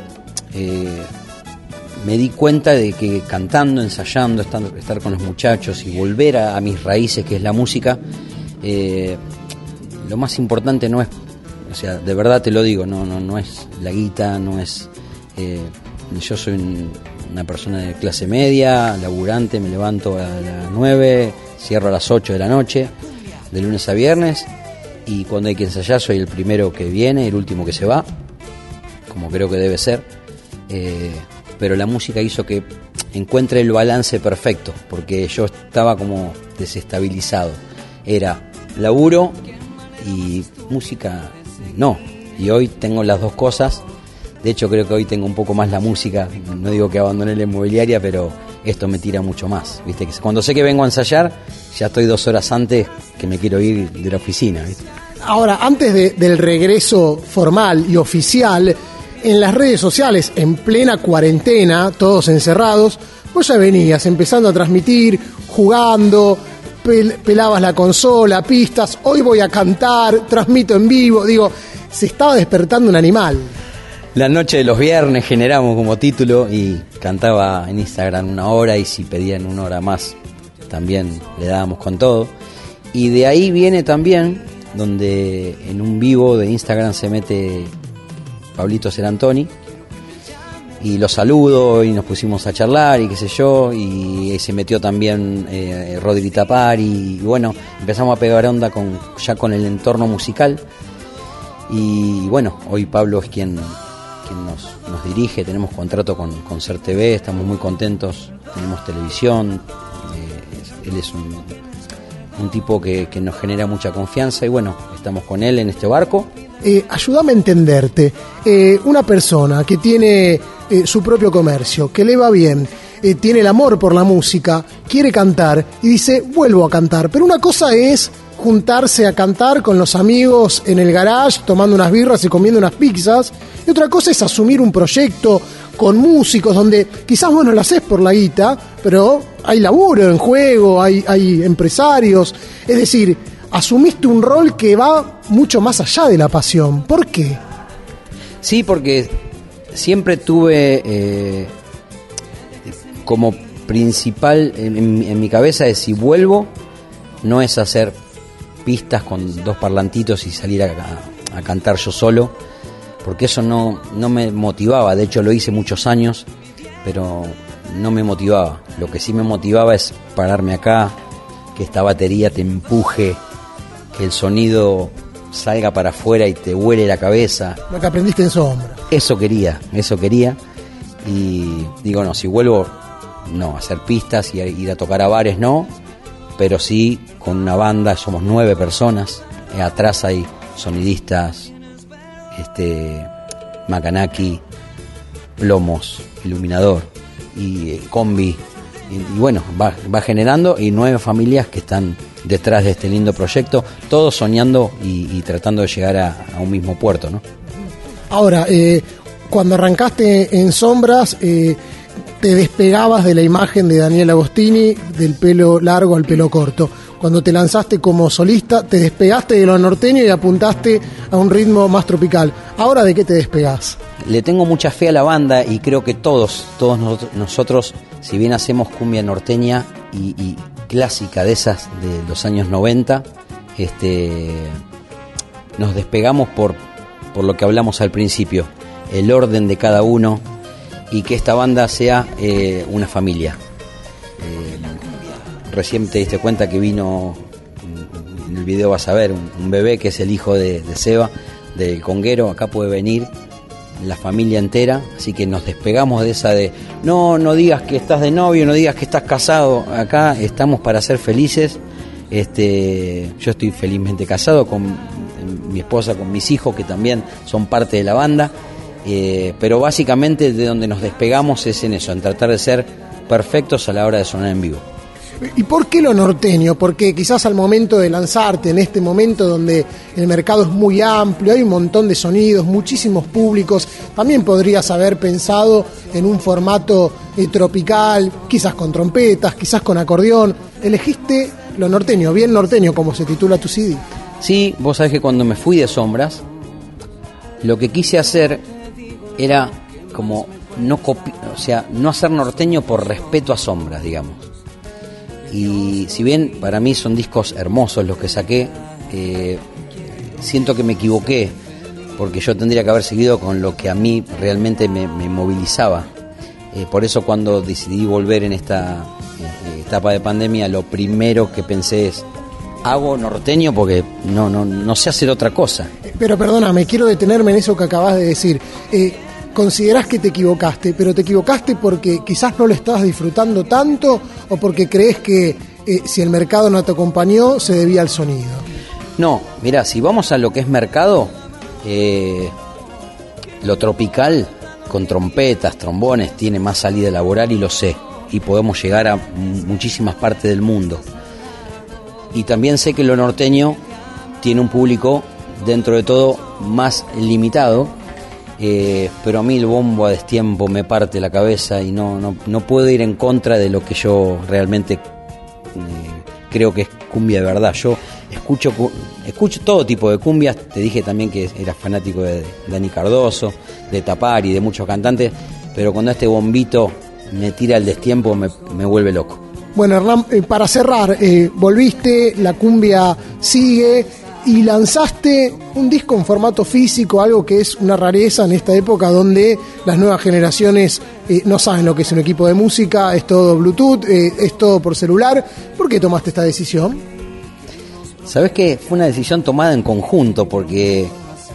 me di cuenta de que cantando, ensayando, estar con los muchachos y volver a mis raíces, que es la música, lo más importante no es, o sea, de verdad te lo digo, no es la guita, no es... yo soy una persona de clase media, laburante, me levanto a las 9, cierro a las 8 de la noche, de lunes a viernes, y cuando hay que ensayar soy el primero que viene, el último que se va, como creo que debe ser. Pero la música hizo que encuentre el balance perfecto, porque yo estaba como desestabilizado. Era laburo y música no. Y hoy tengo las dos cosas. De hecho, creo que hoy tengo un poco más la música. No digo que abandoné la inmobiliaria, pero esto me tira mucho más. ¿Viste? Que cuando sé que vengo a ensayar, ya estoy 2 horas antes que me quiero ir de la oficina, ¿viste? Ahora, antes del regreso formal y oficial, en las redes sociales, en plena cuarentena, todos encerrados, vos ya venías empezando a transmitir, jugando, pelabas la consola, pistas, hoy voy a cantar, transmito en vivo, digo, se estaba despertando un animal. La noche de los viernes generamos como título y cantaba en Instagram 1 hora, y si pedían 1 hora más también le dábamos con todo. Y de ahí viene también donde en un vivo de Instagram se mete Pablito Serantoni y lo saludo y nos pusimos a charlar y qué sé yo, y se metió también Rodri Tapari, y bueno, empezamos a pegar onda ya con el entorno musical, y bueno, hoy Pablo es quien nos dirige, tenemos contrato con Ser TV, estamos muy contentos, tenemos televisión, él es un tipo que nos genera mucha confianza, y bueno, estamos con él en este barco. Ayúdame a entenderte. Una persona que tiene su propio comercio, que le va bien, tiene el amor por la música, quiere cantar y dice, vuelvo a cantar. Pero una cosa es juntarse a cantar con los amigos en el garage, tomando unas birras y comiendo unas pizzas, y otra cosa es asumir un proyecto con músicos donde quizás vos no lo hacés por la guita, pero hay laburo en juego, hay empresarios, es decir, asumiste un rol que va mucho más allá de la pasión. ¿Por qué? Sí, porque siempre tuve como principal en mi cabeza de si vuelvo, no es hacer pistas con 2 parlantitos y salir a cantar yo solo, porque eso no me motivaba. De hecho lo hice muchos años, pero no me motivaba. Lo que sí me motivaba es pararme acá, que esta batería te empuje, que el sonido salga para afuera y te huele la cabeza. Lo que aprendiste en Sombra. Eso quería. Y digo, no, si vuelvo, no, a hacer pistas y ir a tocar a bares, no, pero sí con una banda, somos 9 personas, atrás hay sonidistas, Macanaki, plomos, iluminador y combi, y bueno, va generando, y 9 familias que están detrás de este lindo proyecto, todos soñando y tratando de llegar a un mismo puerto, ¿no? Ahora, cuando arrancaste en Sombras, te despegabas de la imagen de Daniel Agostini, del pelo largo al pelo corto. cuando te lanzaste como solista, te despegaste de lo norteño y apuntaste a un ritmo más tropical. ¿Ahora de qué te despegás? Le tengo mucha fe a la banda y creo que todos nosotros, si bien hacemos cumbia norteña y clásica de esas de los años 90, nos despegamos por lo que hablamos al principio, el orden de cada uno y que esta banda sea una familia. Recién te diste cuenta que vino, en el video vas a ver, un bebé que es el hijo de Seba, del conguero. Acá puede venir la familia entera, así que nos despegamos de esa de no digas que estás de novio, no digas que estás casado. Acá estamos para ser felices. Yo estoy felizmente casado con mi esposa, con mis hijos que también son parte de la banda, pero básicamente de donde nos despegamos es en eso, en tratar de ser perfectos a la hora de sonar en vivo. ¿Y por qué lo norteño? Porque quizás al momento de lanzarte, en este momento donde el mercado es muy amplio, hay un montón de sonidos, muchísimos públicos, también podrías haber pensado en un formato tropical, quizás con trompetas, quizás con acordeón. Elegiste lo norteño, bien norteño, como se titula tu CD. Sí, vos sabés que cuando me fui de Sombras, lo que quise hacer era como no hacer norteño por respeto a Sombras, digamos. Y si bien para mí son discos hermosos los que saqué, siento que me equivoqué, porque yo tendría que haber seguido con lo que a mí realmente me movilizaba. Por eso cuando decidí volver en esta etapa de pandemia, lo primero que pensé es, hago norteño porque no sé hacer otra cosa. Pero perdóname, quiero detenerme en eso que acabas de decir. Considerás que te equivocaste, pero te equivocaste porque quizás no lo estabas disfrutando tanto o porque crees que si el mercado no te acompañó se debía al sonido. No, mirá, si vamos a lo que es mercado, lo tropical con trompetas, trombones tiene más salida laboral y lo sé, y podemos llegar a muchísimas partes del mundo. Y también sé que lo norteño tiene un público dentro de todo más limitado. Pero a mí el bombo a destiempo me parte la cabeza y no puedo ir en contra de lo que yo realmente creo que es cumbia de verdad. Yo escucho todo tipo de cumbias. Te dije también que era fanático de Dani Cardoso, de Tapari, de muchos cantantes, pero cuando este bombito me tira el destiempo me vuelve loco. Bueno, Hernán, para cerrar, volviste, la cumbia sigue y lanzaste un disco en formato físico, algo que es una rareza en esta época donde las nuevas generaciones no saben lo que es un equipo de música, es todo Bluetooth, es todo por celular. ¿Por qué tomaste esta decisión? ¿Sabés qué? Fue una decisión tomada en conjunto porque,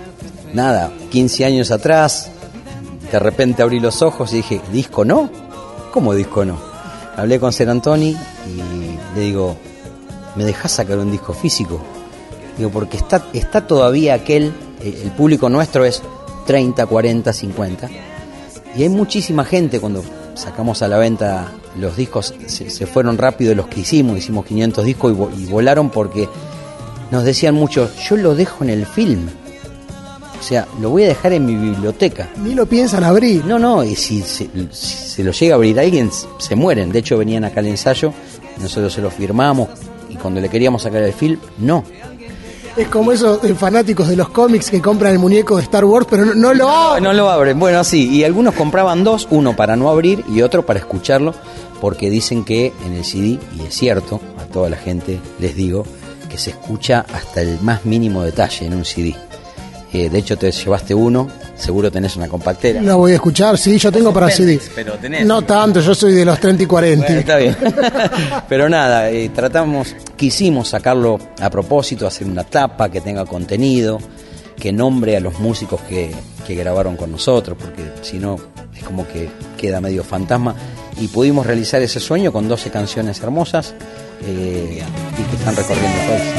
15 años atrás, de repente abrí los ojos y dije, ¿disco no? ¿Cómo disco no? Hablé con Ser Antoni y le digo, ¿me dejás sacar un disco físico? Digo, porque está todavía el público nuestro es 30, 40, 50. Y hay muchísima gente, cuando sacamos a la venta los discos, se fueron rápido los que hicimos 500 discos y volaron porque nos decían mucho, yo lo dejo en el film. O sea, lo voy a dejar en mi biblioteca. Ni lo piensan abrir. No, y si se lo llega a abrir alguien, se mueren. De hecho, venían acá al ensayo, nosotros se lo firmamos y cuando le queríamos sacar el film, no. Es como esos fanáticos de los cómics que compran el muñeco de Star Wars, pero no lo abren. No lo abren, bueno, sí. Y algunos compraban dos, uno para no abrir y otro para escucharlo, porque dicen que en el CD, y es cierto, a toda la gente les digo, que se escucha hasta el más mínimo detalle en un CD. De hecho, te llevaste uno, seguro tenés una compactera. Lo voy a escuchar, sí, yo tengo para CD. Pero tenés. No tanto, yo soy de los 30 y 40. Bueno, está bien. Pero nada, quisimos sacarlo a propósito, hacer una tapa que tenga contenido, que nombre a los músicos que grabaron con nosotros, porque si no es como que queda medio fantasma. Y pudimos realizar ese sueño con 12 canciones hermosas y que están recorriendo el país.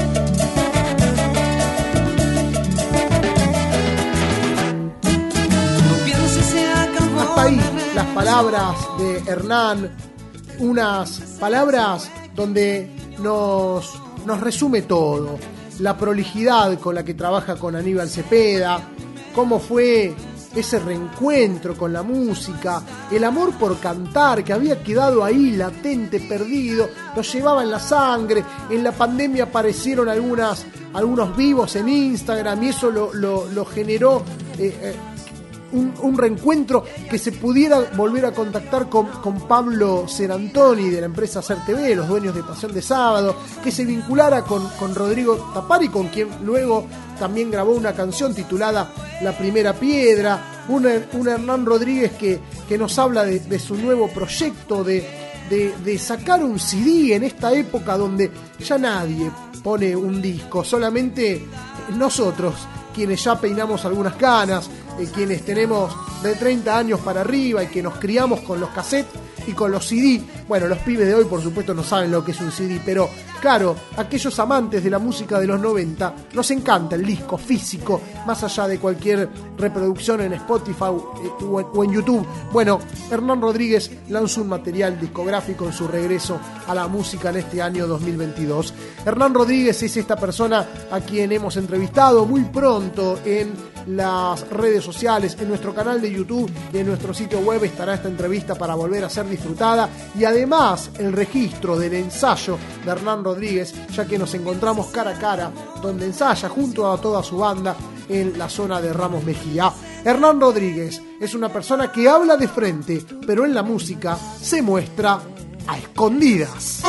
Ahí las palabras de Hernán, unas palabras donde nos resume todo, la prolijidad con la que trabaja con Aníbal Cepeda, cómo fue ese reencuentro con la música, el amor por cantar que había quedado ahí latente, perdido, lo llevaba en la sangre. En la pandemia aparecieron algunos vivos en Instagram y eso lo generó un reencuentro, que se pudiera volver a contactar con Pablo Serantoni de la empresa Ser TV, los dueños de Pasión de Sábado, que se vinculara con Rodrigo Tapari, con quien luego también grabó una canción titulada La Primera Piedra, un Hernán Rodríguez que nos habla de su nuevo proyecto, de sacar un CD en esta época donde ya nadie pone un disco, solamente nosotros, quienes ya peinamos algunas canas, quienes tenemos de 30 años para arriba y que nos criamos con los cassettes y con los CD. Bueno, los pibes de hoy por supuesto no saben lo que es un CD, pero claro, aquellos amantes de la música de los 90 nos encanta el disco físico, más allá de cualquier reproducción en Spotify o en YouTube. Bueno, Hernán Rodríguez lanzó un material discográfico en su regreso a la música en este año 2022. Hernán Rodríguez es esta persona a quien hemos entrevistado muy pronto en las redes sociales, en nuestro canal de YouTube y en nuestro sitio web estará esta entrevista para volver a ser disfrutada, y además el registro del ensayo de Hernán Rodríguez, ya que nos encontramos cara a cara donde ensaya junto a toda su banda en la zona de Ramos Mejía. Hernán Rodríguez es una persona que habla de frente, pero en la música se muestra a escondidas.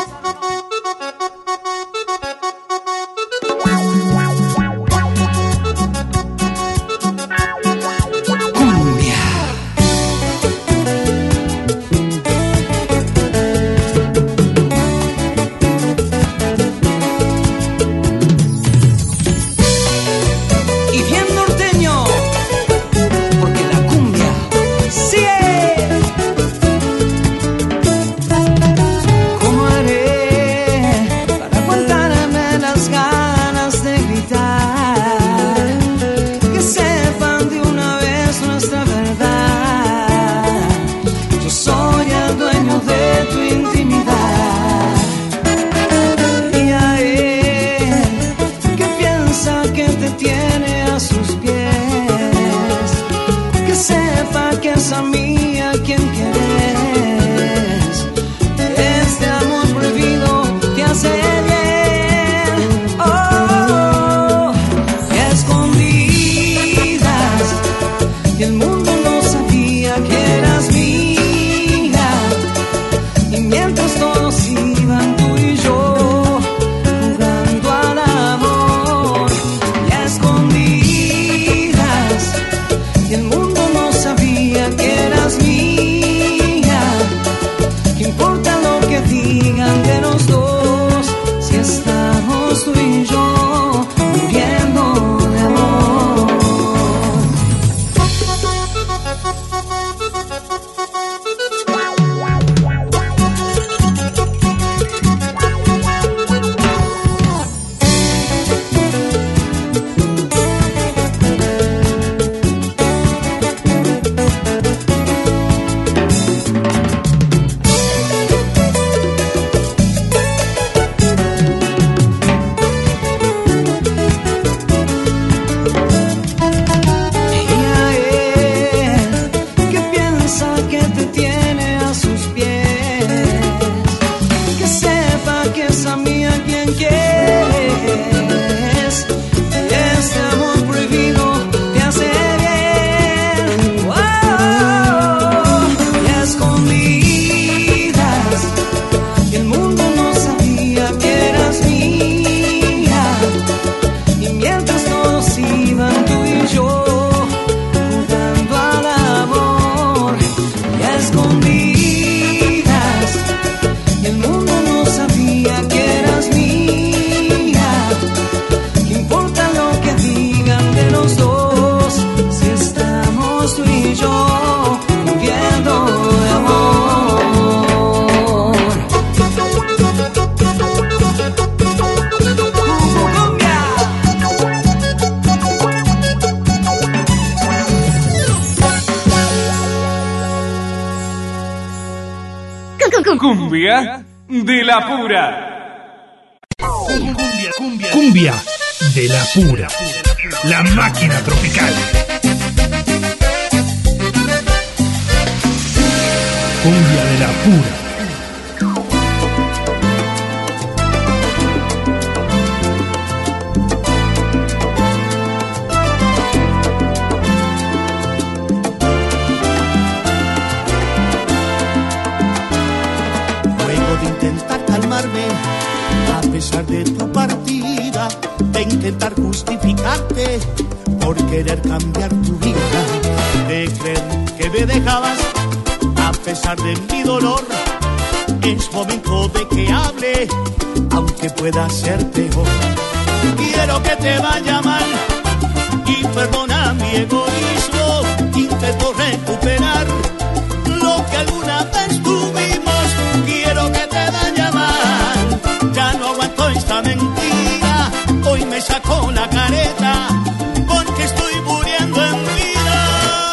Cumbia de la pura. Cumbia de la pura. La máquina tropical. Cumbia de la pura. Luego de intentar calmarme, a pesar de tu partida, de intentar justificarte por querer cambiar tu vida, de creer que me dejabas a pesar de mi dolor, es momento de que hable, aunque pueda ser peor. Quiero que te vaya mal y perdona mi egoísmo, intento recuperar lo que alguna vez tuvimos. Quiero que te vaya mal, ya no aguanto esta mentira, hoy me saco la careta porque estoy muriendo en vida.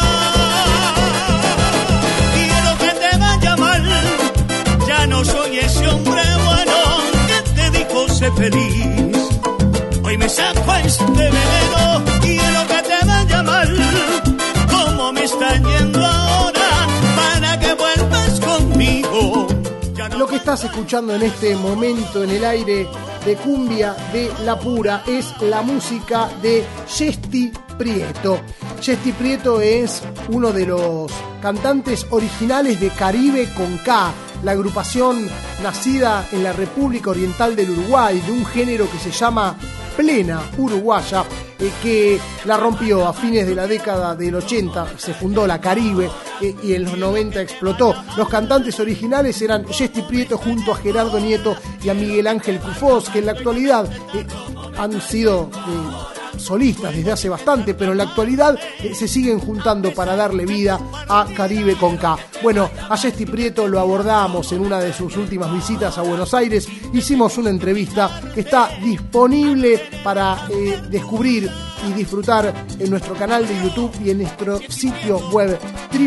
Quiero que te vaya mal, ya no soy ese hombre bueno que te dijo sé feliz, hoy me saco este veneno. Quiero que te vaya mal, como me está yendo ahora, para que vuelvas conmigo. Lo que estás escuchando en este momento en el aire de Cumbia de la Pura es la música de Yesti Prieto. Yesti Prieto es uno de los cantantes originales de Caribe con K, la agrupación nacida en la República Oriental del Uruguay, de un género que se llama plena uruguaya, que la rompió a fines de la década del 80, se fundó la Caribe y en los 90 explotó. Los cantantes originales eran Yesti Prieto junto a Gerardo Nieto y a Miguel Ángel Cufós, que en la actualidad han sido solistas desde hace bastante, pero en la actualidad se siguen juntando para darle vida a Caribe con K. Bueno, a Yesti Prieto lo abordamos en una de sus últimas visitas a Buenos Aires. Hicimos una entrevista que está disponible para descubrir y disfrutar en nuestro canal de YouTube y en nuestro sitio web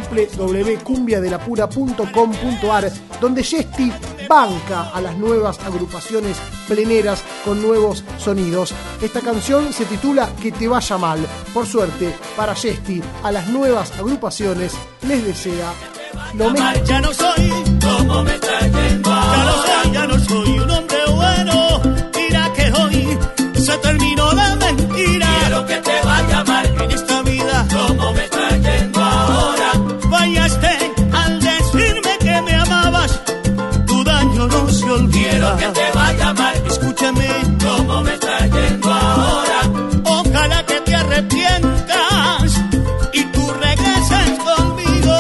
www.cumbiadelapura.com.ar, donde Yesti banca a las nuevas agrupaciones pleneras con nuevos sonidos. Esta canción se titula Que te vaya mal. Por suerte, para Yesti, a las nuevas agrupaciones les desea lo mejor. Ya no soy como me está yendo ahora. Ya no soy un hombre bueno. Mira que hoy se terminó la mentira. Quiero que te vaya mal en esta vida, como me está yendo ahora. Fallaste al decirme que me amabas, tu daño no se olvida. Quiero que te vaya mal, escúchame, como me está yendo ahora. Ojalá que te arrepientas y tú regreses conmigo.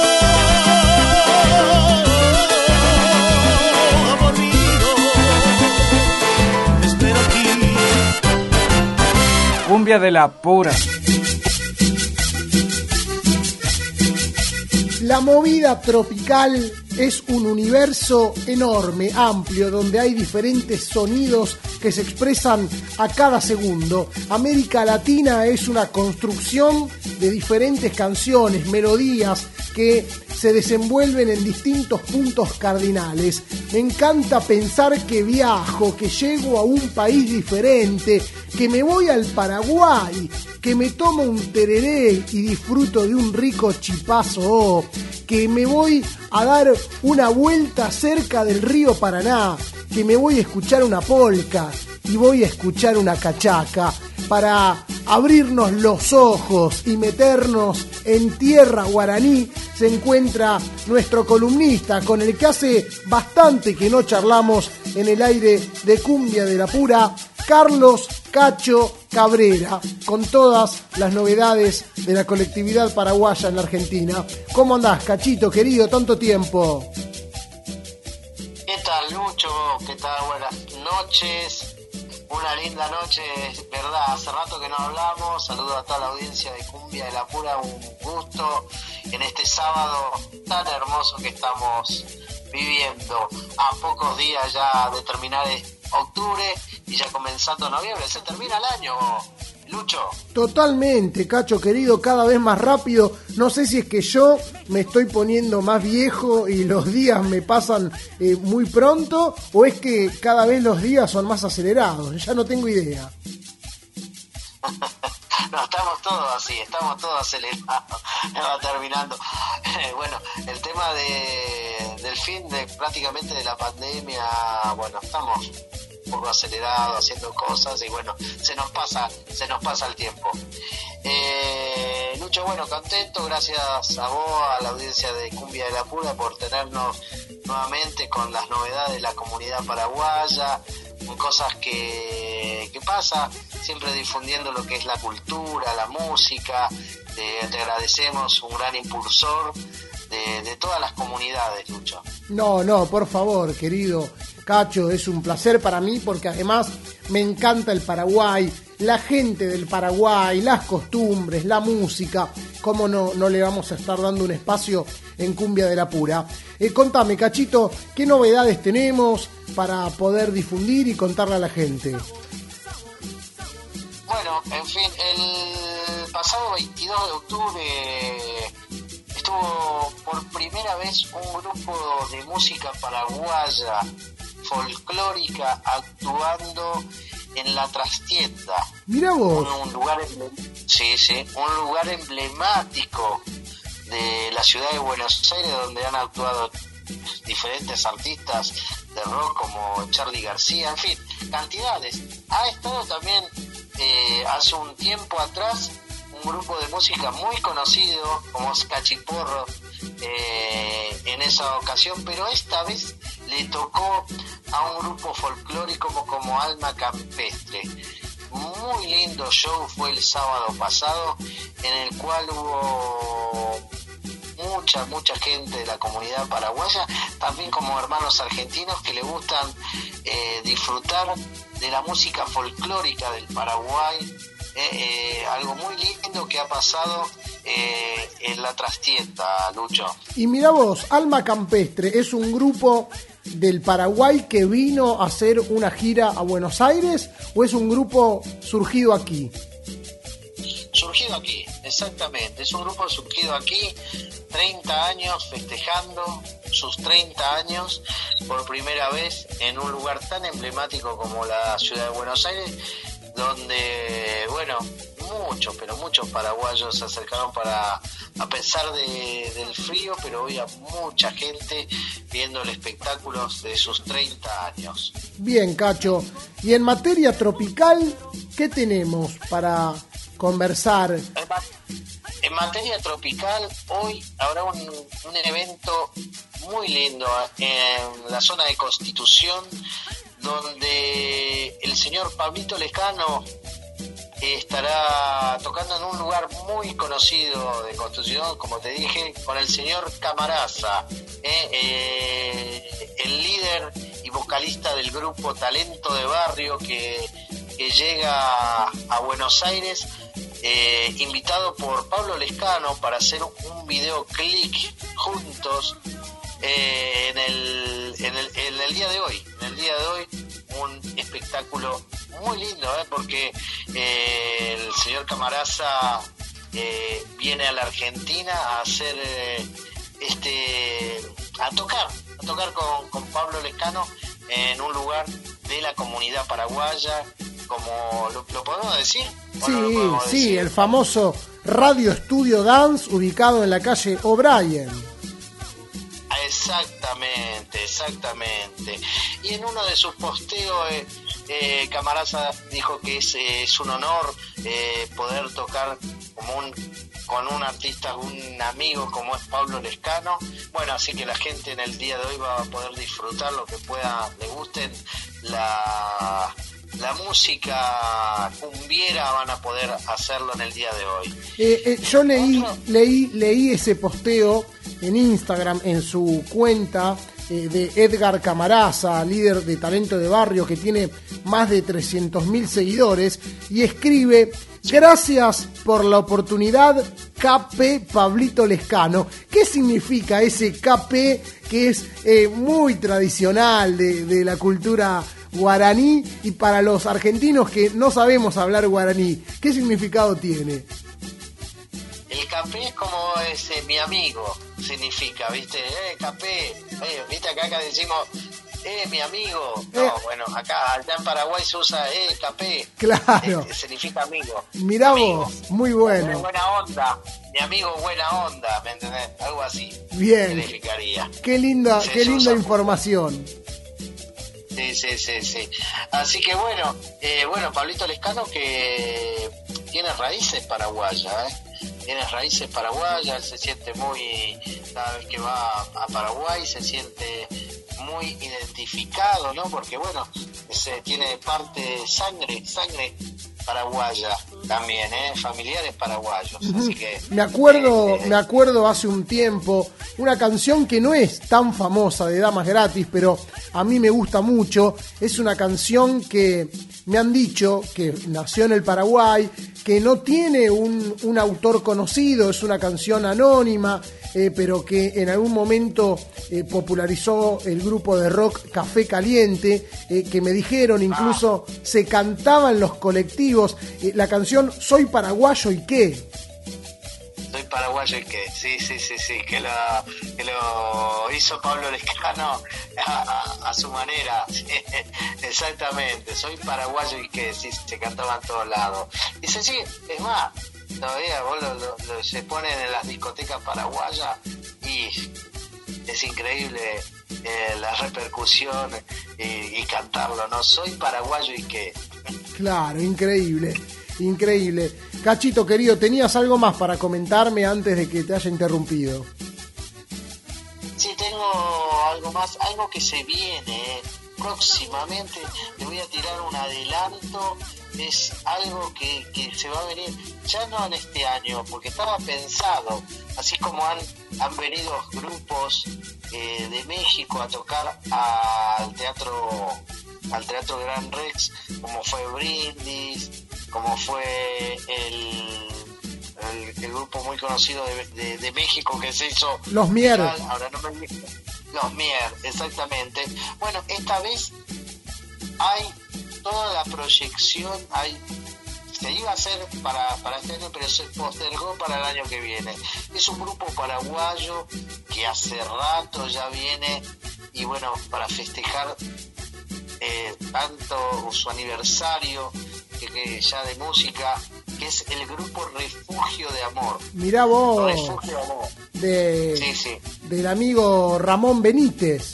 Espero aquí. Cumbia de la Pura. La movida tropical es un universo enorme, amplio, donde hay diferentes sonidos que se expresan a cada segundo. América Latina es una construcción de diferentes canciones, melodías que se desenvuelven en distintos puntos cardinales. Me encanta pensar que viajo, que llego a un país diferente, que me voy al Paraguay, que me tomo un tereré y disfruto de un rico chipazo, que me voy a dar una vuelta cerca del río Paraná, que me voy a escuchar una polca y voy a escuchar una cachaca, para abrirnos los ojos y meternos en tierra guaraní. Se encuentra nuestro columnista, con el que hace bastante que no charlamos en el aire de Cumbia de la Pura, Carlos Cacho Cabrera, con todas las novedades de la colectividad paraguaya en la Argentina. ¿Cómo andás, Cachito, querido? Tanto tiempo. ¿Qué tal, Lucho? ¿Qué tal? Buenas noches. Una linda noche, verdad, hace rato que no hablamos. Saludo a toda la audiencia de Cumbia de la Pura, un gusto en este sábado tan hermoso que estamos viviendo, a pocos días ya de terminar octubre y ya comenzando noviembre. Se termina el año, Lucho. Totalmente, Cacho querido, cada vez más rápido. No sé si es que yo me estoy poniendo más viejo y los días me pasan muy pronto, o es que cada vez los días son más acelerados. Ya no tengo idea. No, estamos todos así, estamos todos acelerados. Va terminando. Bueno, el tema del fin de prácticamente de la pandemia, bueno, estamos un poco acelerados haciendo cosas y bueno, se nos pasa el tiempo. Lucho, bueno, contento, gracias a vos, a la audiencia de Cumbia de la Pura, por tenernos nuevamente con las novedades de la comunidad paraguaya, con cosas que pasa, siempre difundiendo lo que es la cultura, la música. Te agradecemos, un gran impulsor de todas las comunidades, Lucho. No, por favor, querido Cacho, es un placer para mí porque además me encanta el Paraguay, la gente del Paraguay, las costumbres, la música. ¿Cómo no le vamos a estar dando un espacio en Cumbia de la Pura? Contame, Cachito, ¿qué novedades tenemos para poder difundir y contarle a la gente? Bueno, en fin, el pasado 22 de octubre estuvo por primera vez un grupo de música paraguaya folclórica actuando en La Trastienda. Mirá vos. Un lugar emblemático de la ciudad de Buenos Aires, donde han actuado diferentes artistas de rock como Charly García, en fin, cantidades. Ha estado también hace un tiempo atrás un grupo de música muy conocido como Cachiporro en esa ocasión, pero esta vez le tocó a un grupo folclórico como Alma Campestre. Muy lindo show fue el sábado pasado, en el cual hubo mucha gente de la comunidad paraguaya, también como hermanos argentinos que le gustan disfrutar de la música folclórica del Paraguay. Algo muy lindo que ha pasado en La Trastienda, Lucho. Y mirá vos, Alma Campestre es un grupo del Paraguay que vino a hacer una gira a Buenos Aires, ¿o es un grupo surgido aquí? Surgido aquí, exactamente, es un grupo surgido aquí, 30 años festejando sus 30 años por primera vez en un lugar tan emblemático como la ciudad de Buenos Aires, donde, bueno, muchos paraguayos se acercaron a pesar del frío, pero había mucha gente viendo el espectáculo de sus 30 años. Bien, Cacho, y en materia tropical, ¿qué tenemos para conversar? En materia tropical, hoy habrá un evento muy lindo en la zona de Constitución, donde el señor Pablito Lescano estará tocando en un lugar muy conocido de Constitución, como te dije, con el señor Camarasa, el líder y vocalista del grupo Talento de Barrio que llega a Buenos Aires, invitado por Pablo Lescano para hacer un videoclip juntos en el día de hoy. En el día de hoy, un espectáculo muy lindo, porque el señor Camarasa viene a la Argentina a hacer a tocar con Pablo Lescano en un lugar de la comunidad paraguaya, como lo podemos decir. Sí, el famoso Radio Estudio Dance, ubicado en la calle O'Brien. Exactamente. Y en uno de sus posteos, Camarasa dijo que es un honor poder tocar con un artista, un amigo como es Pablo Lescano. Bueno, así que la gente en el día de hoy va a poder disfrutar lo que le gusten la música cumbiera, van a poder hacerlo en el día de hoy. Yo leí ese posteo en Instagram, en su cuenta de Edgar Camarasa, líder de Talento de Barrio, que tiene más de 300.000 seguidores, y escribe: gracias por la oportunidad, KP Pablito Lescano. ¿Qué significa ese KP que es muy tradicional de la cultura guaraní, y para los argentinos que no sabemos hablar guaraní, qué significado tiene? El capé es como mi amigo, significa, ¿viste? Capé, viste, acá decimos mi amigo. No, bueno, allá en Paraguay se usa capé. Claro. Significa amigo. Mirá amigo. vos, muy bueno. Buena onda. Mi amigo buena onda, ¿me entendés? Algo así. Bien. Significaría. Qué linda información. Sí. Así que bueno, Pablito Lescano que tiene raíces paraguayas, Tiene raíces paraguayas, él se siente muy, cada vez que va a Paraguay se siente muy identificado, ¿no? Porque bueno, tiene parte sangre paraguaya también, familiares paraguayos. Así que me acuerdo hace un tiempo una canción que no es tan famosa de Damas Gratis, pero a mí me gusta mucho. Es una canción que me han dicho que nació en el Paraguay, que no tiene un autor conocido, es una canción anónima, pero que en algún momento popularizó el grupo de rock Café Caliente, que me dijeron incluso se cantaba en los colectivos, la canción Soy Paraguayo y qué. Soy paraguayo y qué, sí, que lo hizo Pablo Lescano a su manera, sí, exactamente, soy paraguayo y qué, sí, se cantaba en todos lados. Y se sigue, es más, todavía vos se ponen en las discotecas paraguayas y es increíble la repercusión y cantarlo, ¿no? Soy paraguayo y qué. Claro, increíble. Cachito querido, ¿tenías algo más para comentarme antes de que te haya interrumpido? Sí, tengo algo más, algo que se viene próximamente. Le voy a tirar un adelanto. Es algo que se va a venir ya no en este año, porque estaba pensado, así como han venido grupos de México a tocar al teatro Gran Rex, como fue Brindis, como fue el grupo muy conocido de México que se hizo Los Mier. Ahora no me digo. Los Mier, exactamente. Bueno, esta vez hay toda la proyección, se iba a hacer para este año, pero se postergó para el año que viene. Es un grupo paraguayo que hace rato ya viene, y bueno, para festejar tanto su aniversario que ya de música, que es el grupo Refugio de Amor. Mirá vos, Refugio de Amor. Sí. Del amigo Ramón Benítez.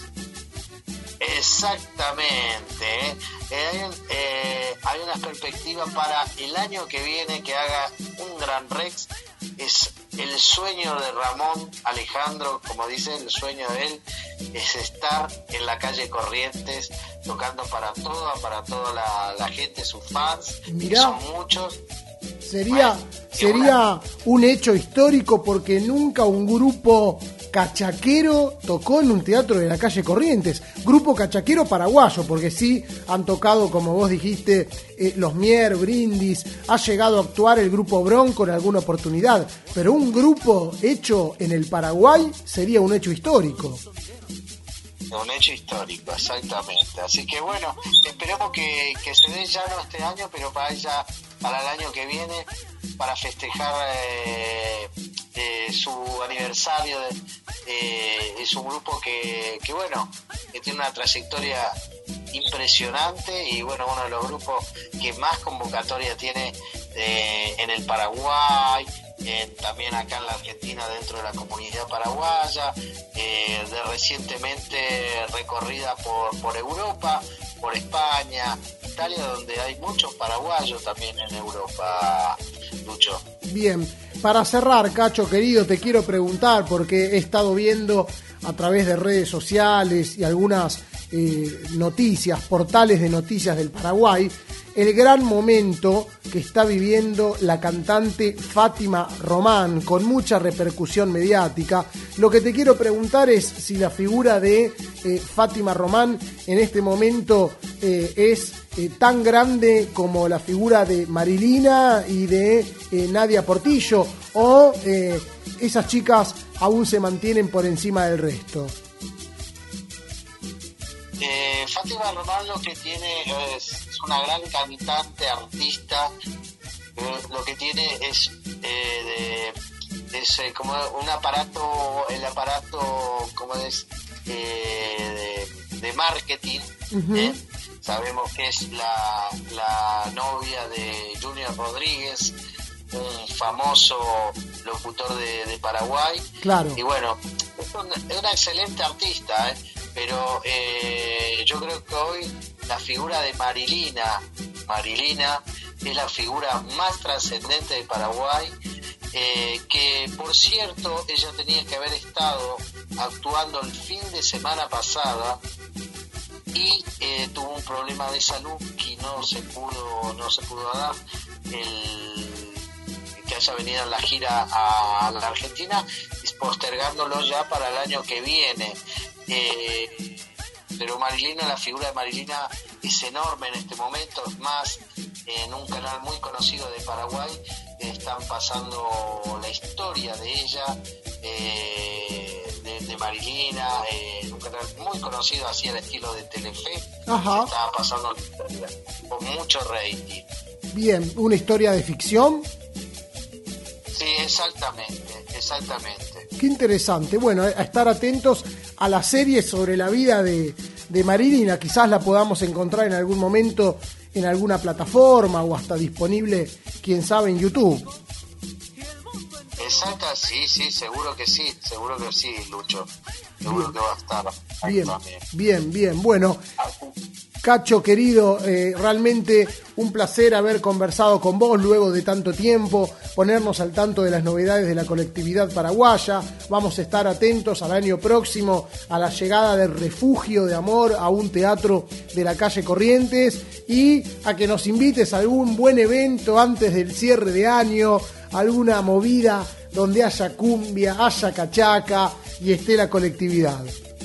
Exactamente. Hay una perspectiva para el año que viene que haga un Gran Rex. Es el sueño de Ramón Alejandro, como dice, el sueño de él es estar en la calle Corrientes tocando para toda la gente, sus fans. Mirá, son muchos. Sería un hecho histórico, porque nunca un grupo cachaquero tocó en un teatro de la calle Corrientes. Grupo cachaquero paraguayo, porque sí han tocado, como vos dijiste, Los Mier, Brindis, ha llegado a actuar el grupo Bronco en alguna oportunidad, pero un grupo hecho en el Paraguay sería un hecho histórico. Un hecho histórico, exactamente. Así que bueno, esperemos que se dé ya no este año, pero para el año que viene, para festejar su aniversario. Es un grupo que bueno, que tiene una trayectoria impresionante, y bueno, uno de los grupos que más convocatoria tiene en el Paraguay, también acá en la Argentina, dentro de la comunidad paraguaya, recientemente recorrida por Europa, por España, Italia, donde hay muchos paraguayos también en Europa, Lucho. Bien, para cerrar, Cacho querido, te quiero preguntar, porque he estado viendo a través de redes sociales y algunas noticias, portales de noticias del Paraguay, el gran momento que está viviendo la cantante Fátima Román, con mucha repercusión mediática. Lo que te quiero preguntar es si la figura de Fátima Román en este momento es tan grande como la figura de Marilina y de Nadia Portillo, o esas chicas aún se mantienen por encima del resto. Fátima Román lo que tiene es una gran cantante, artista. Lo que tiene es como un aparato, el aparato como es de marketing. Sabemos que es la novia de Junior Rodríguez, un famoso locutor de Paraguay. Claro. Y bueno, es una excelente artista, pero yo creo que hoy la figura de Marilina es la figura más trascendente de Paraguay, que por cierto ella tenía que haber estado actuando el fin de semana pasada y tuvo un problema de salud que no se pudo dar que haya venido en la gira a la Argentina, postergándolo ya para el año que viene. Pero Marilina, la figura de Marilina es enorme en este momento. Es más, en un canal muy conocido de Paraguay están pasando la historia de ella, de Marilina, en un canal muy conocido, así al estilo de Telefe. Estaba pasando la historia con mucho rating. Bien, ¿una historia de ficción? Sí, exactamente. Qué interesante. Bueno, a estar atentos a la serie sobre la vida de Marilina. Quizás la podamos encontrar en algún momento en alguna plataforma o hasta disponible, quién sabe, en YouTube. Exacto, sí, seguro que sí, Lucho. Seguro que va a estar. Bien. Bueno, Cacho, querido, realmente un placer haber conversado con vos luego de tanto tiempo, ponernos al tanto de las novedades de la colectividad paraguaya. Vamos a estar atentos al año próximo a la llegada del Refugio de Amor a un teatro de la calle Corrientes y a que nos invites a algún buen evento antes del cierre de año, alguna movida donde haya cumbia, haya cachaca y esté la colectividad.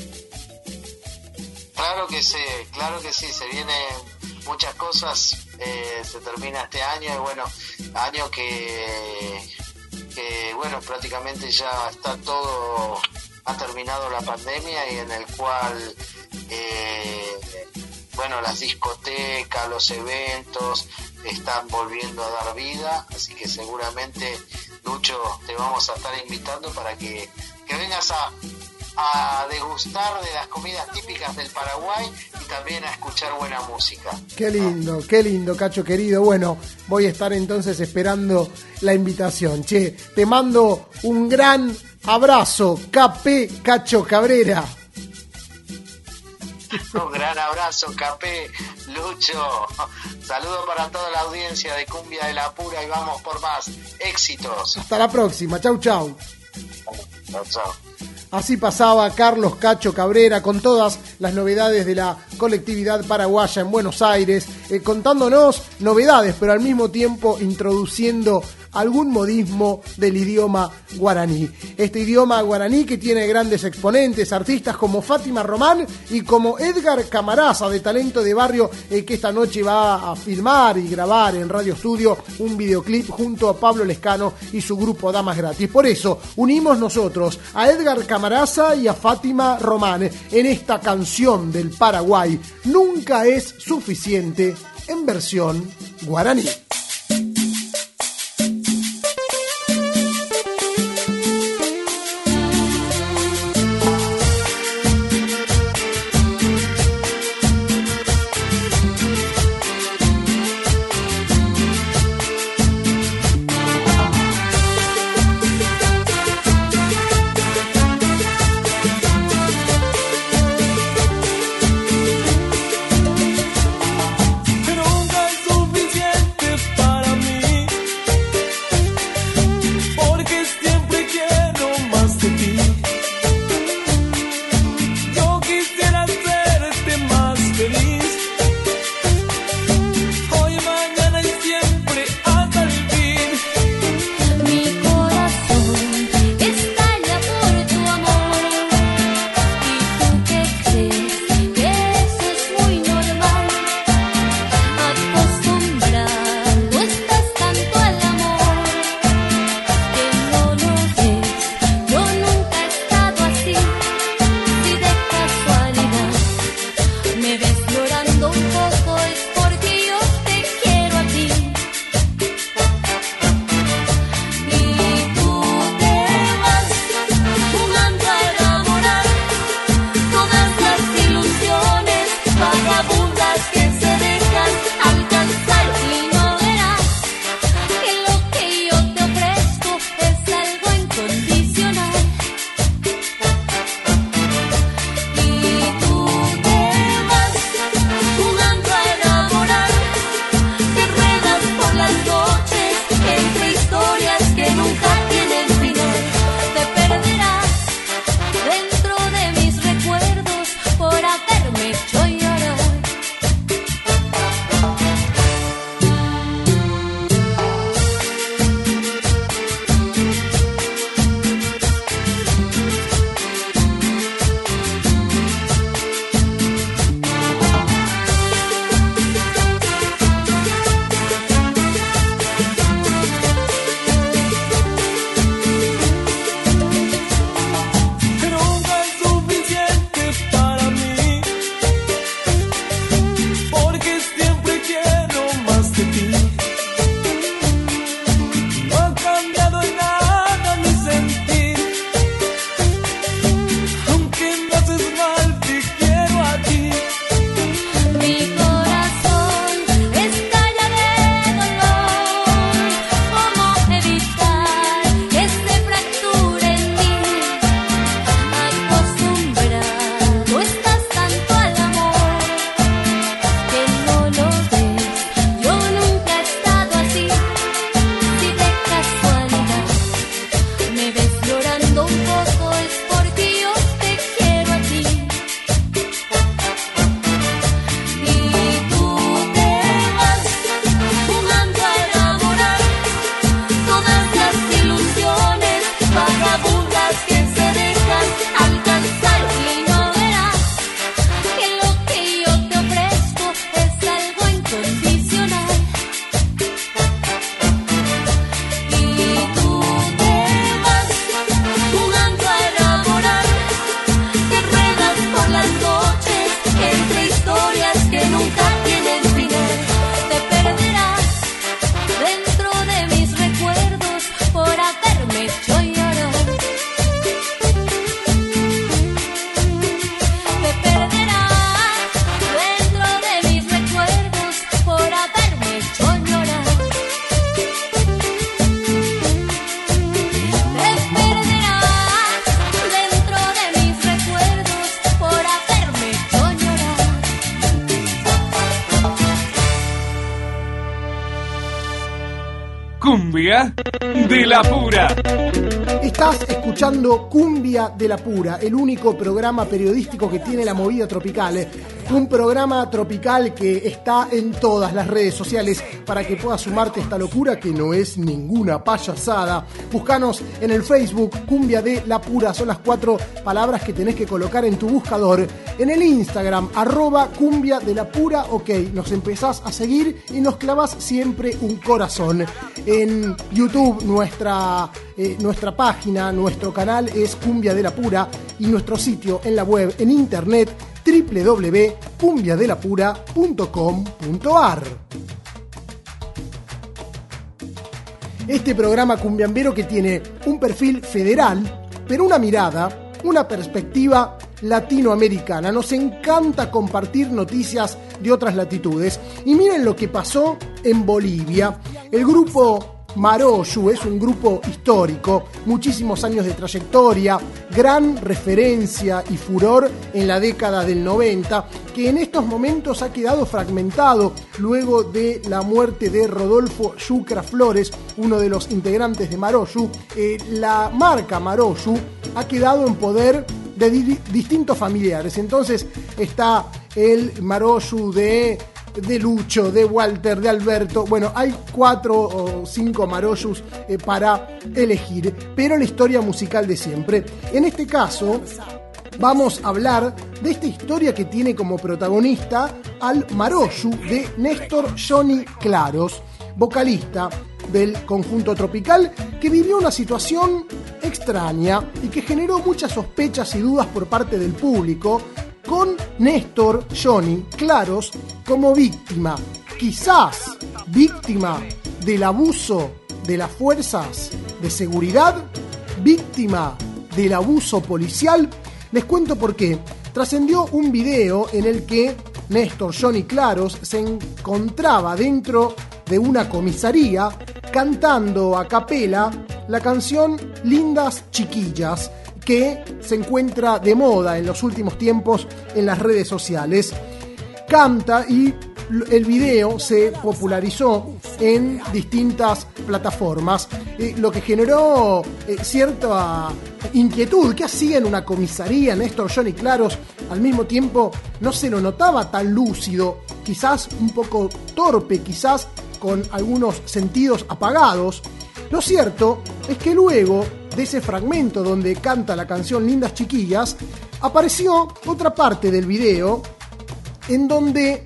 Claro que sí, se vienen muchas cosas, se termina este año y bueno, año que bueno, prácticamente ya está todo, ha terminado la pandemia y en el cual bueno, las discotecas, los eventos están volviendo a dar vida, así que seguramente, Lucho, te vamos a estar invitando para que vengas a degustar de las comidas típicas del Paraguay y también a escuchar buena música. Qué lindo, Cacho querido. Bueno, voy a estar entonces esperando la invitación. Che, te mando un gran abrazo, KP Cacho Cabrera. Un gran abrazo, KP, Lucho. Saludos para toda la audiencia de Cumbia de la Pura y vamos por más éxitos. Hasta la próxima. Chau. Chau. Así pasaba Carlos Cacho Cabrera con todas las novedades de la colectividad paraguaya en Buenos Aires, contándonos novedades, pero al mismo tiempo introduciendo algún modismo del idioma guaraní. Este idioma guaraní que tiene grandes exponentes, artistas como Fátima Román y como Edgar Camaraza, de Talento de Barrio, que esta noche va a filmar y grabar en Radio Estudio un videoclip junto a Pablo Lescano y su grupo Damas Gratis. Por eso unimos nosotros a Edgar Camaraza y a Fátima Román en esta canción del Paraguay, Nunca es suficiente, en versión guaraní. Nunca es suficiente Cumbia de la Pura. Estás escuchando Cumbia de la Pura, el único programa periodístico que tiene la movida tropical. Un programa tropical que está en todas las redes sociales para que puedas sumarte a esta locura que no es ninguna payasada. Búscanos en el Facebook, Cumbia de la Pura, son las 4 palabras que tenés que colocar en tu buscador. En el Instagram, @Cumbia de la Pura, ok, nos empezás a seguir y nos clavas siempre un corazón. En YouTube, nuestra página, nuestro canal es Cumbia de la Pura y nuestro sitio en la web, en internet, www.cumbiadelapura.com.ar. Este programa cumbiambero que tiene un perfil federal, pero una mirada, una perspectiva latinoamericana. Nos encanta compartir noticias de otras latitudes. Y miren lo que pasó en Bolivia. El grupo Maroyu es un grupo histórico, muchísimos años de trayectoria, gran referencia y furor en la década del 90, que en estos momentos ha quedado fragmentado luego de la muerte de Rodolfo Yucra Flores, uno de los integrantes de Maroyu. La marca Maroyu ha quedado en poder de distintos familiares. Entonces está el Maroyu de Lucho, de Walter, de Alberto. Bueno, hay 4 o 5 Maroyus para elegir, pero la historia musical de siempre. En este caso vamos a hablar de esta historia que tiene como protagonista al Maroyu de Néstor Johnny Claros, vocalista del conjunto tropical, que vivió una situación extraña y que generó muchas sospechas y dudas por parte del público, con Néstor Johnny Claros como víctima, quizás víctima del abuso de las fuerzas de seguridad, víctima del abuso policial. Les cuento por qué. Trascendió un video en el que Néstor Johnny Claros se encontraba dentro de una comisaría cantando a capela la canción Lindas Chiquillas, que se encuentra de moda en los últimos tiempos en las redes sociales. Canta y el video se popularizó en distintas plataformas, lo que generó cierta inquietud. ¿Qué hacía en una comisaría Néstor Johnny Claros? Al mismo tiempo no se lo notaba tan lúcido, quizás un poco torpe, quizás con algunos sentidos apagados. Lo cierto es que luego de ese fragmento donde canta la canción Lindas Chiquillas, apareció otra parte del video en donde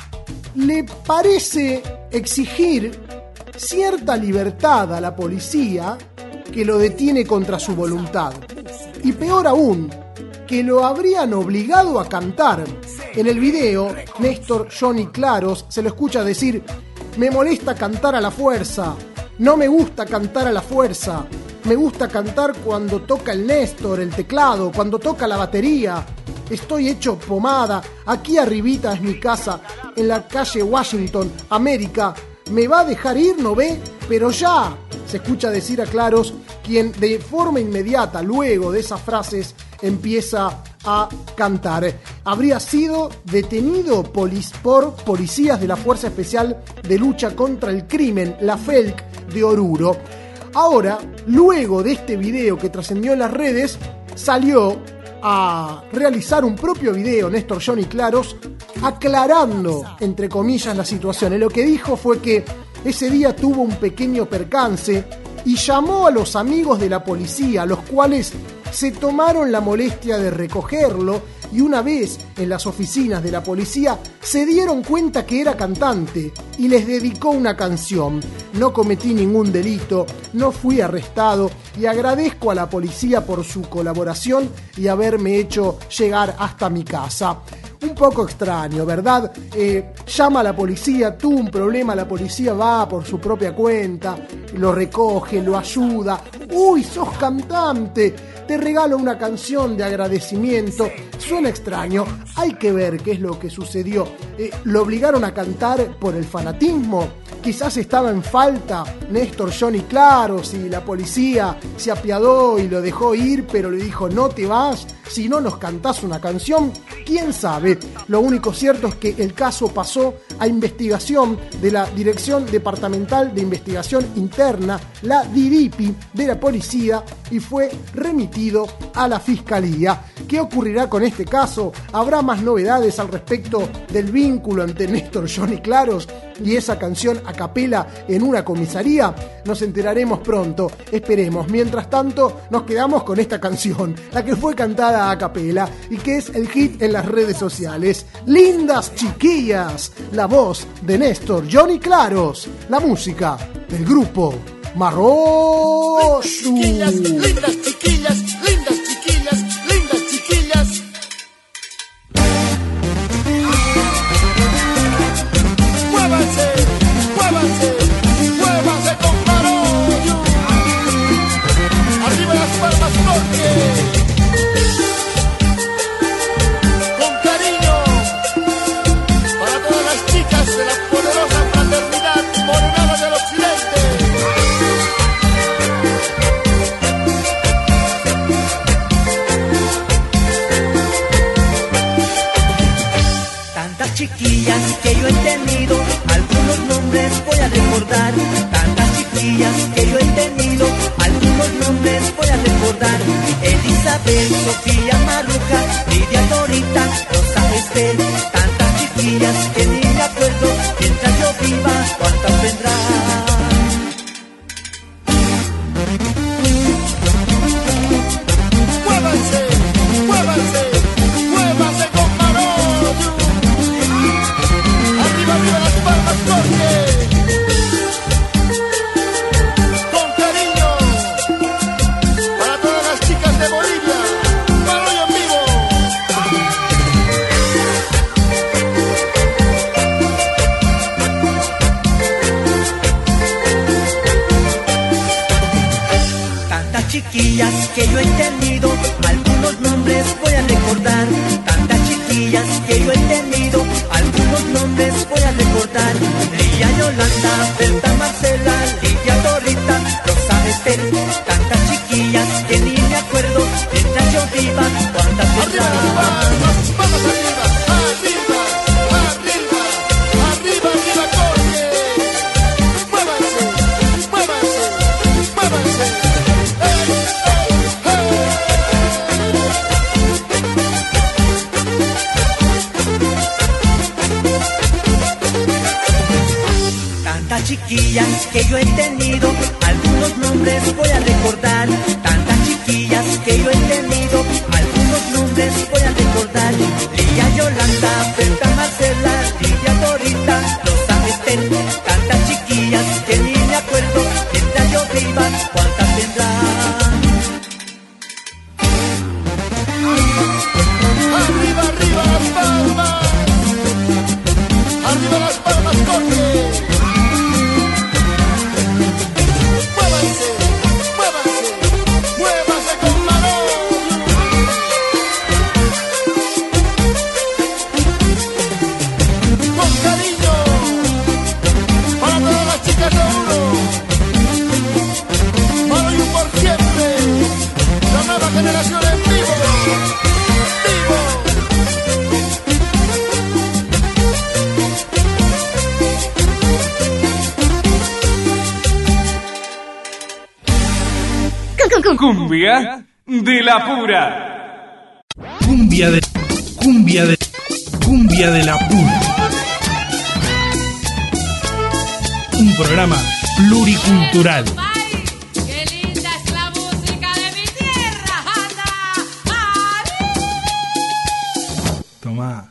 le parece exigir cierta libertad a la policía que lo detiene contra su voluntad. Y peor aún, que lo habrían obligado a cantar. En el video, Néstor Johnny Claros se lo escucha decir: "Me molesta cantar a la fuerza, no me gusta cantar a la fuerza. Me gusta cantar cuando toca el Néstor, el teclado, cuando toca la batería. Estoy hecho pomada, aquí arribita es mi casa, en la calle Washington, América. ¿Me va a dejar ir, no ve? Pero ya", se escucha decir a Claros, quien de forma inmediata, luego de esas frases, empieza a cantar. Habría sido detenido por policías de la Fuerza Especial de Lucha contra el Crimen, la FELC, de Oruro. Ahora, luego de este video que trascendió en las redes, salió a realizar un propio video Néstor Johnny Claros, aclarando, entre comillas, la situación. Y lo que dijo fue que ese día tuvo un pequeño percance y llamó a los amigos de la policía, los cuales se tomaron la molestia de recogerlo, y una vez en las oficinas de la policía se dieron cuenta que era cantante y les dedicó una canción. No cometí ningún delito, no fui arrestado y agradezco a la policía por su colaboración y haberme hecho llegar hasta mi casa. Un poco extraño, ¿verdad? Llama a la policía, tuvo un problema, la policía va por su propia cuenta, lo recoge, lo ayuda. ¡Uy, sos cantante! Te regalo una canción de agradecimiento. Suena extraño, hay que ver qué es lo que sucedió. ¿Lo obligaron a cantar por el fanatismo? Quizás estaba en falta Néstor Johnny Claros y la policía se apiadó y lo dejó ir, pero le dijo: no te vas, si no nos cantás una canción. ¿Quién sabe? Lo único cierto es que el caso pasó a investigación de la Dirección Departamental de Investigación Interna, la DIRIPI, de la policía, y fue remitido a la Fiscalía. ¿Qué ocurrirá con este caso? ¿Habrá más novedades al respecto del vínculo entre Néstor Johnny Claros y esa canción a capela en una comisaría? Nos enteraremos pronto, esperemos. Mientras tanto, nos quedamos con esta canción, la que fue cantada a capela y que es el hit en las redes sociales. Lindas Chiquillas, la voz de Néstor Johnny Claros, la música del grupo Marrón. Chiquillas, lindas chiquillas, lindas chiquillas, lindas chiquillas. Muévanse, muévanse, muévanse con Marollo. Arriba las palmas porque con cariño para todas las chicas de la poderosa fraternidad morenada del occidente. Tantas chiquillas que yo he tenido, algunos nombres voy a recordar. Tantas chiquillas que yo he tenido, algunos nombres voy a recordar. Elizabeth, Sofía, Maruja, Lidia, Dorita, Rosa, Estel. Tantas chiquillas que ni me acuerdo, mientras yo viva, cuántas vendrán. Muévanse, muévanse, muévanse con Marollo. Arriba, arriba las palmas porque con cariño para todas las chicas de Bolivia. Marollo en vivo. Tantas chiquillas que yo he tenido, algunos nombres voy a recordar. Tantas chiquillas que yo he tenido, algunos nombres voy a recordar. Lía, Yolanda, Berta, Marcela, Lidia, Dorita, Rosa, Estel. Tantas chiquillas que ni me acuerdo, mientras yo viva, cuántas Arriba las vendrán. palmas, vamos arriba, arriba, arriba, arriba, arriba porque muévanse, muévanse, muévanse. Hey, hey, Tantas chiquillas que yo he tenido, algunos nombres voy a recordar. Tantas chiquillas que yo he tenido, algunos nombres voy a recordar. Lía, Yolanda, Berta, Marcela, Lidia, Dorita, Rosa, Estel. Tantas chiquillas que ni me acuerdo, mientras yo viva, cuántas vendrán. arriba, arriba las palmas, arriba las palmas porque muévanse, muévanse, muévanse con Marollo. Con cariño para todas las chicas de uno. Marollo por siempre, la nueva generación en vivo, vivo. Cumbia de la pura. Cumbia de la pura. Un programa pluricultural. ¡Qué linda es la música de mi tierra! ¡Anda! Tomá.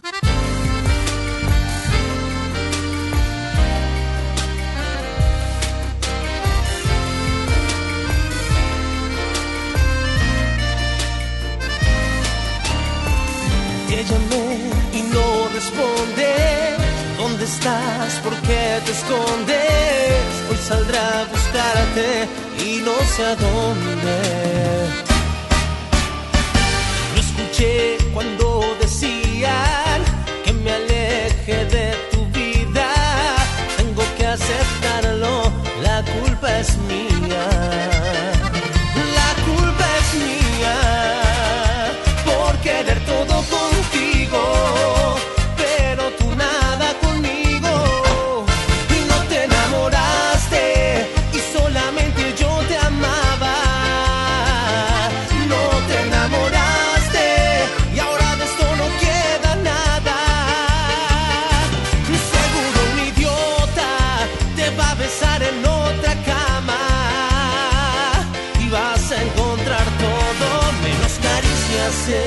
Te llamé y no responde. ¿Dónde estás? ¿Por qué te escondes? Hoy saldrá a buscarte y no sé a dónde. Lo escuché cuando decían que me aleje de tu vida. Tengo que aceptarlo, la culpa es mía. La culpa es mía por querer todo contigo.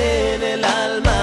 en el alma.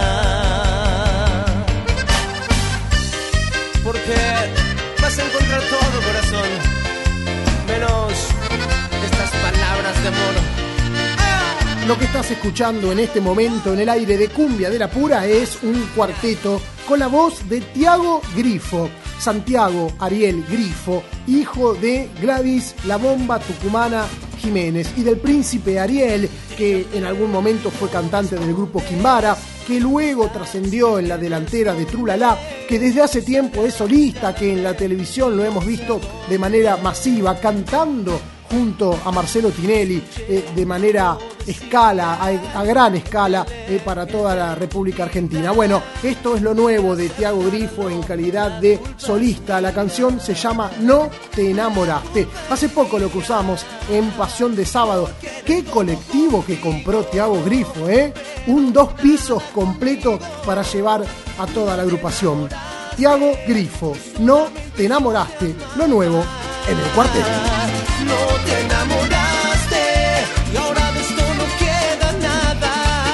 Porque vas a encontrar todo, corazón, menos estas palabras de amor. Lo que estás escuchando en este momento en el aire de Cumbia de la Pura es un cuarteto con la voz de Tiago Grifo, Santiago Ariel Grifo, hijo de Gladys La Bomba Tucumana Jiménez y del príncipe Ariel, que en algún momento fue cantante del grupo Quimbara, que luego trascendió en la delantera de Trulala, que desde hace tiempo es solista, que en la televisión lo hemos visto de manera masiva, cantando junto a Marcelo Tinelli de manera a gran escala para toda la República Argentina. Bueno, esto es lo nuevo de Tiago Grifo en calidad de solista. La canción se llama No te enamoraste. Hace poco lo que usamos en Pasión de Sábado. Qué colectivo que compró Tiago Grifo, un 2 pisos completo para llevar a toda la agrupación. Tiago Grifo, No te enamoraste, lo nuevo en el cuarteto. No te enamoraste y ahora de esto no queda nada.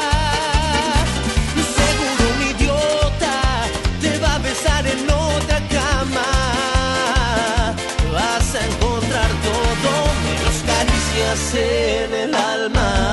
Seguro un idiota te va a besar en otra cama. Vas a encontrar todo menos caricias en el alma.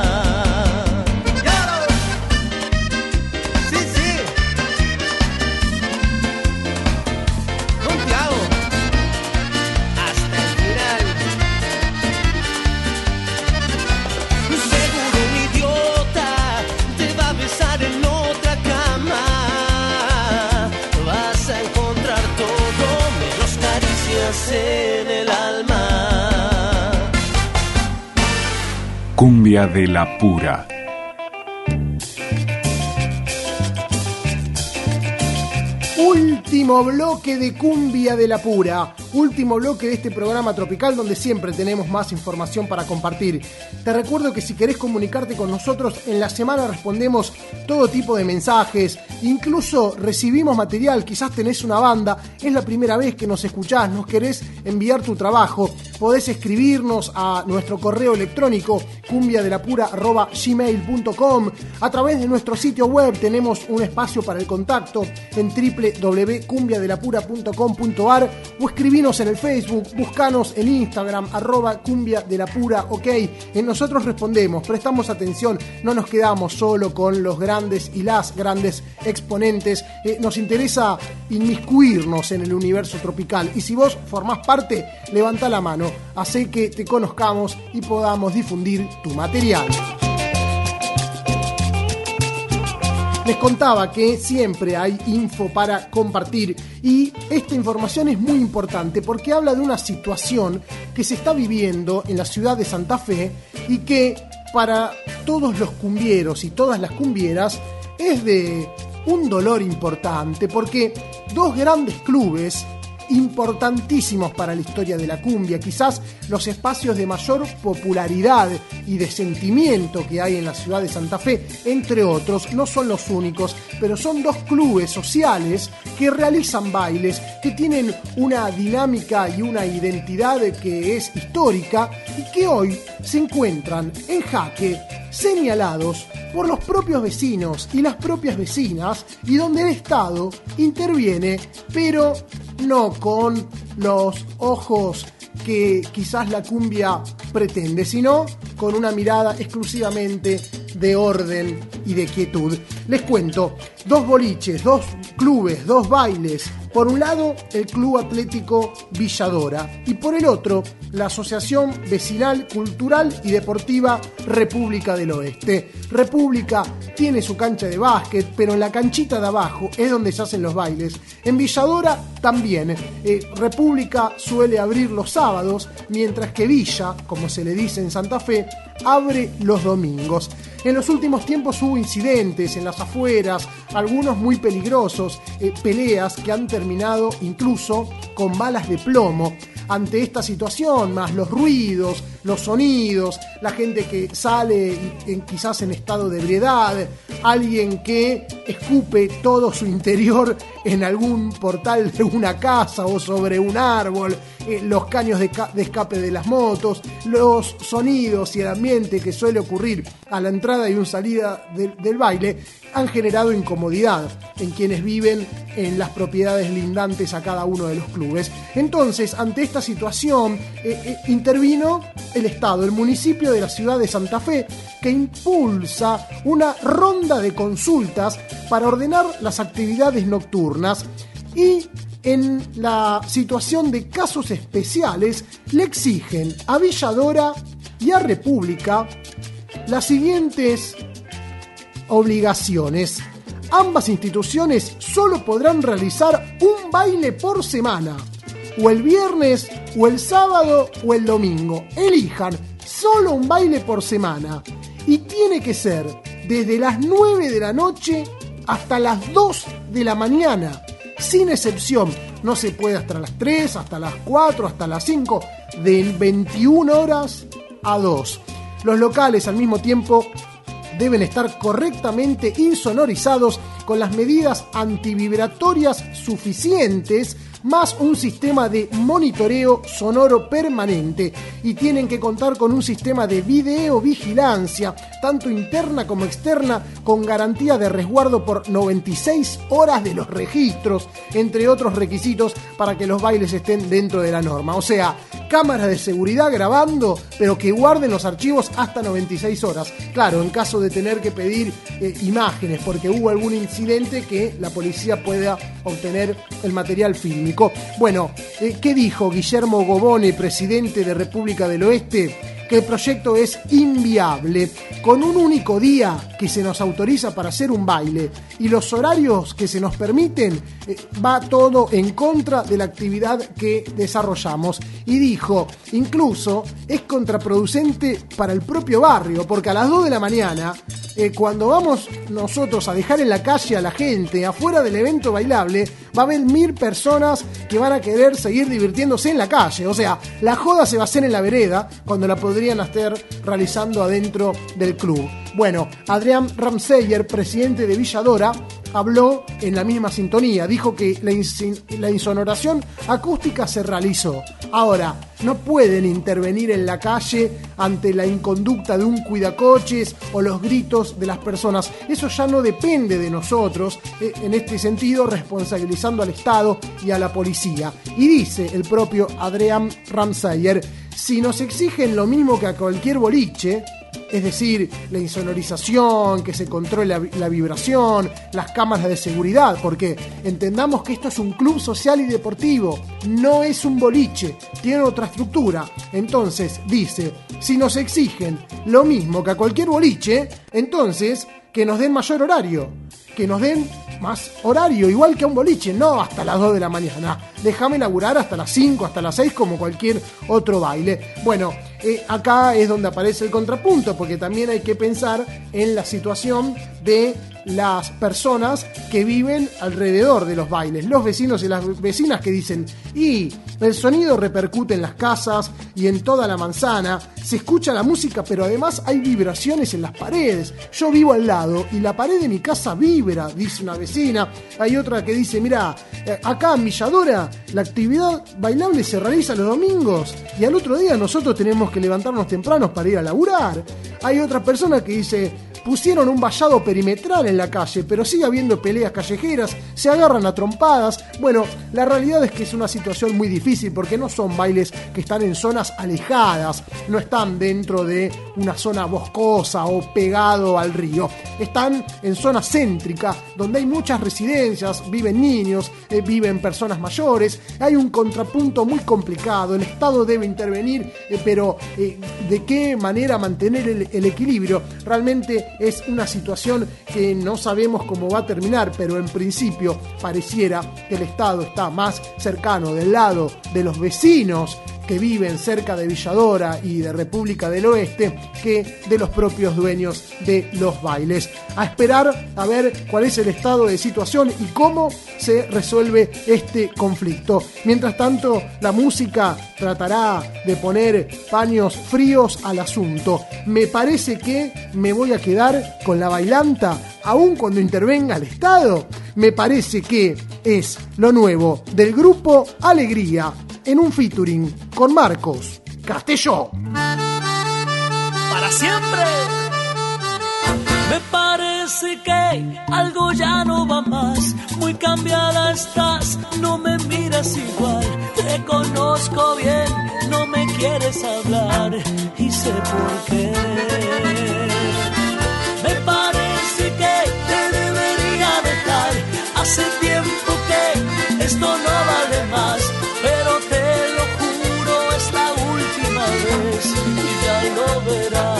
En el alma. Cumbia de la Pura. Último bloque de Cumbia de la Pura. Último bloque de este programa tropical donde siempre tenemos más información para compartir. Te recuerdo que si querés comunicarte con nosotros, en la semana respondemos todo tipo de mensajes, incluso recibimos material, quizás tenés una banda, es la primera vez que nos escuchás, nos querés enviar tu trabajo, podés escribirnos a nuestro correo electrónico cumbiadelapura@gmail.com. A través de nuestro sitio web tenemos un espacio para el contacto en www.cumbiadelapura.com.ar o escribinos en el Facebook, buscanos en Instagram @cumbiadelapura, ok. Nosotros respondemos, prestamos atención, no nos quedamos solo con los grandes y las grandes exponentes, nos interesa inmiscuirnos en el universo tropical y si vos formás parte, levanta la mano, hacé que te conozcamos y podamos difundir tu material. Les contaba que siempre hay info para compartir y esta información es muy importante porque habla de una situación que se está viviendo en la ciudad de Santa Fe y que para todos los cumbieros y todas las cumbieras es de un dolor importante porque dos grandes clubes importantísimos para la historia de la cumbia, quizás los espacios de mayor popularidad y de sentimiento que hay en la ciudad de Santa Fe, entre otros, no son los únicos, pero son dos clubes sociales que realizan bailes, que tienen una dinámica y una identidad que es histórica y que hoy se encuentran en jaque, señalados por los propios vecinos y las propias vecinas y donde el Estado interviene, pero no con los ojos que quizás la cumbia pretende, sino con una mirada exclusivamente de orden y de quietud. Les cuento, dos boliches, dos clubes, dos bailes. Por un lado, el Club Atlético Villadora y por el otro, la Asociación Vecinal, Cultural y Deportiva República del Oeste. República tiene su cancha de básquet, pero en la canchita de abajo es donde se hacen los bailes. En Villadora también. República suele abrir los sábados, mientras que Villa, como se le dice en Santa Fe, abre los domingos. En los últimos tiempos hubo incidentes en las afueras, algunos muy peligrosos, peleas que han terminado incluso con balas de plomo. Ante esta situación, más los ruidos, los sonidos, la gente que sale quizás en estado de ebriedad, alguien que escupe todo su interior en algún portal de una casa o sobre un árbol, los caños de escape de las motos, los sonidos y el ambiente que suele ocurrir a la entrada y una salida del baile han generado incomodidad en quienes viven en las propiedades lindantes a cada uno de los clubes. Entonces, ante esta situación, intervino el Estado, el municipio de la ciudad de Santa Fe, que impulsa una ronda de consultas para ordenar las actividades nocturnas y en la situación de casos especiales le exigen a Villa Dora y a República las siguientes obligaciones. Ambas instituciones solo podrán realizar un baile por semana, o el viernes, o el sábado, o el domingo. Elijan solo un baile por semana y tiene que ser desde las 9 de la noche hasta las 2 de la mañana, sin excepción. No se puede hasta las 3, hasta las 4, hasta las 5, de 21 horas a 2. Los locales al mismo tiempo deben estar correctamente insonorizados con las medidas antivibratorias suficientes, más un sistema de monitoreo sonoro permanente, y tienen que contar con un sistema de videovigilancia, tanto interna como externa, con garantía de resguardo por 96 horas de los registros, entre otros requisitos para que los bailes estén dentro de la norma. O sea, cámaras de seguridad grabando, pero que guarden los archivos hasta 96 horas. Claro, en caso de tener que pedir imágenes, porque hubo algún incidente, que la policía pueda obtener el material fílmico. Bueno, ¿qué dijo Guillermo Gobone, presidente de República del Oeste? Que el proyecto es inviable. Con un único día que se nos autoriza para hacer un baile y los horarios que se nos permiten, va todo en contra de la actividad que desarrollamos. Y dijo, incluso es contraproducente para el propio barrio, porque a las 2 de la mañana, cuando vamos nosotros a dejar en la calle a la gente afuera del evento bailable, va a haber 1000 personas que van a querer seguir divirtiéndose en la calle. O sea, la joda se va a hacer en la vereda cuando la podrían estar realizando adentro del club. Bueno, Adrián Ramseyer, presidente de Villa Dora, habló en la misma sintonía. Dijo que la insonoración acústica se realizó. Ahora, no pueden intervenir en la calle ante la inconducta de un cuidacoches o los gritos de las personas. Eso ya no depende de nosotros, en este sentido, responsabilizando al Estado y a la policía. Y dice el propio Adrián Ramseyer, si nos exigen lo mismo que a cualquier boliche, es decir, la insonorización, que se controle la vibración, las cámaras de seguridad, porque entendamos que esto es un club social y deportivo, no es un boliche, tiene otra estructura. Entonces, dice, si nos exigen lo mismo que a cualquier boliche, entonces que nos den mayor horario, que nos den más horario, igual que a un boliche, no hasta las 2 de la mañana, déjame laburar hasta las 5, hasta las 6 como cualquier otro baile. Bueno, acá es donde aparece el contrapunto, porque también hay que pensar en la situación de las personas que viven alrededor de los bailes, los vecinos y las vecinas que dicen, y el sonido repercute en las casas y en toda la manzana, se escucha la música, pero además hay vibraciones en las paredes. Yo vivo al lado y la pared de mi casa vibra, dice una vecina. Hay otra que dice, mira, acá en Villa Dora la actividad bailable se realiza los domingos y al otro día nosotros tenemos que levantarnos tempranos para ir a laburar. Hay otra persona que dice, pusieron un vallado perimetral en la calle, pero sigue habiendo peleas callejeras, se agarran a trompadas. Bueno, la realidad es que es una situación muy difícil, porque no son bailes que están en zonas alejadas, no están dentro de una zona boscosa o pegado al río, están en zona céntrica, donde hay muchas residencias, viven niños, viven personas mayores. Hay un contrapunto muy complicado, el Estado debe intervenir, pero ¿de qué manera mantener el equilibrio? Realmente es una situación que no sabemos cómo va a terminar, pero en principio pareciera que el Estado está más cercano del lado de los vecinos que viven cerca de Villa Dora y de República del Oeste que de los propios dueños de los bailes. A esperar a ver cuál es el estado de situación y cómo se resuelve este conflicto. Mientras tanto, la música tratará de poner paños fríos al asunto. Me parece que me voy a quedar con la bailanta, aun cuando intervenga el Estado. Me parece que es lo nuevo del grupo Alegría. en un featuring con Marcos Castelló. Para siempre. Me parece que algo ya no va más, muy cambiada estás, no me miras igual, te conozco bien, no me quieres hablar y sé por qué. Me parece que te debería dejar, hace tiempo que esto no vale más, pero te lo juro es la última vez y ya lo verás.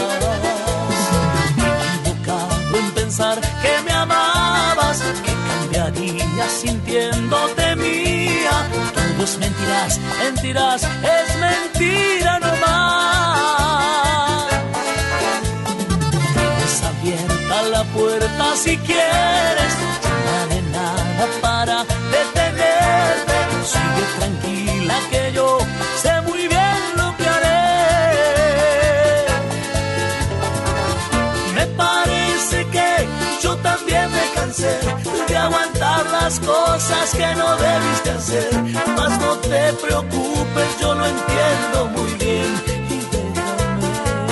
Que me amabas, que cambiarías sintiéndote mía. Todo es mentiras, mentiras, es mentira nomás. Tienes abierta la puerta si quieres, no vale nada para detenerte. Sigue tranquila que yo sé muy bien lo que haré. Me parece que yo también me cansé de aguantar las cosas que no debiste hacer. Mas no te preocupes, yo lo entiendo muy bien y déjame.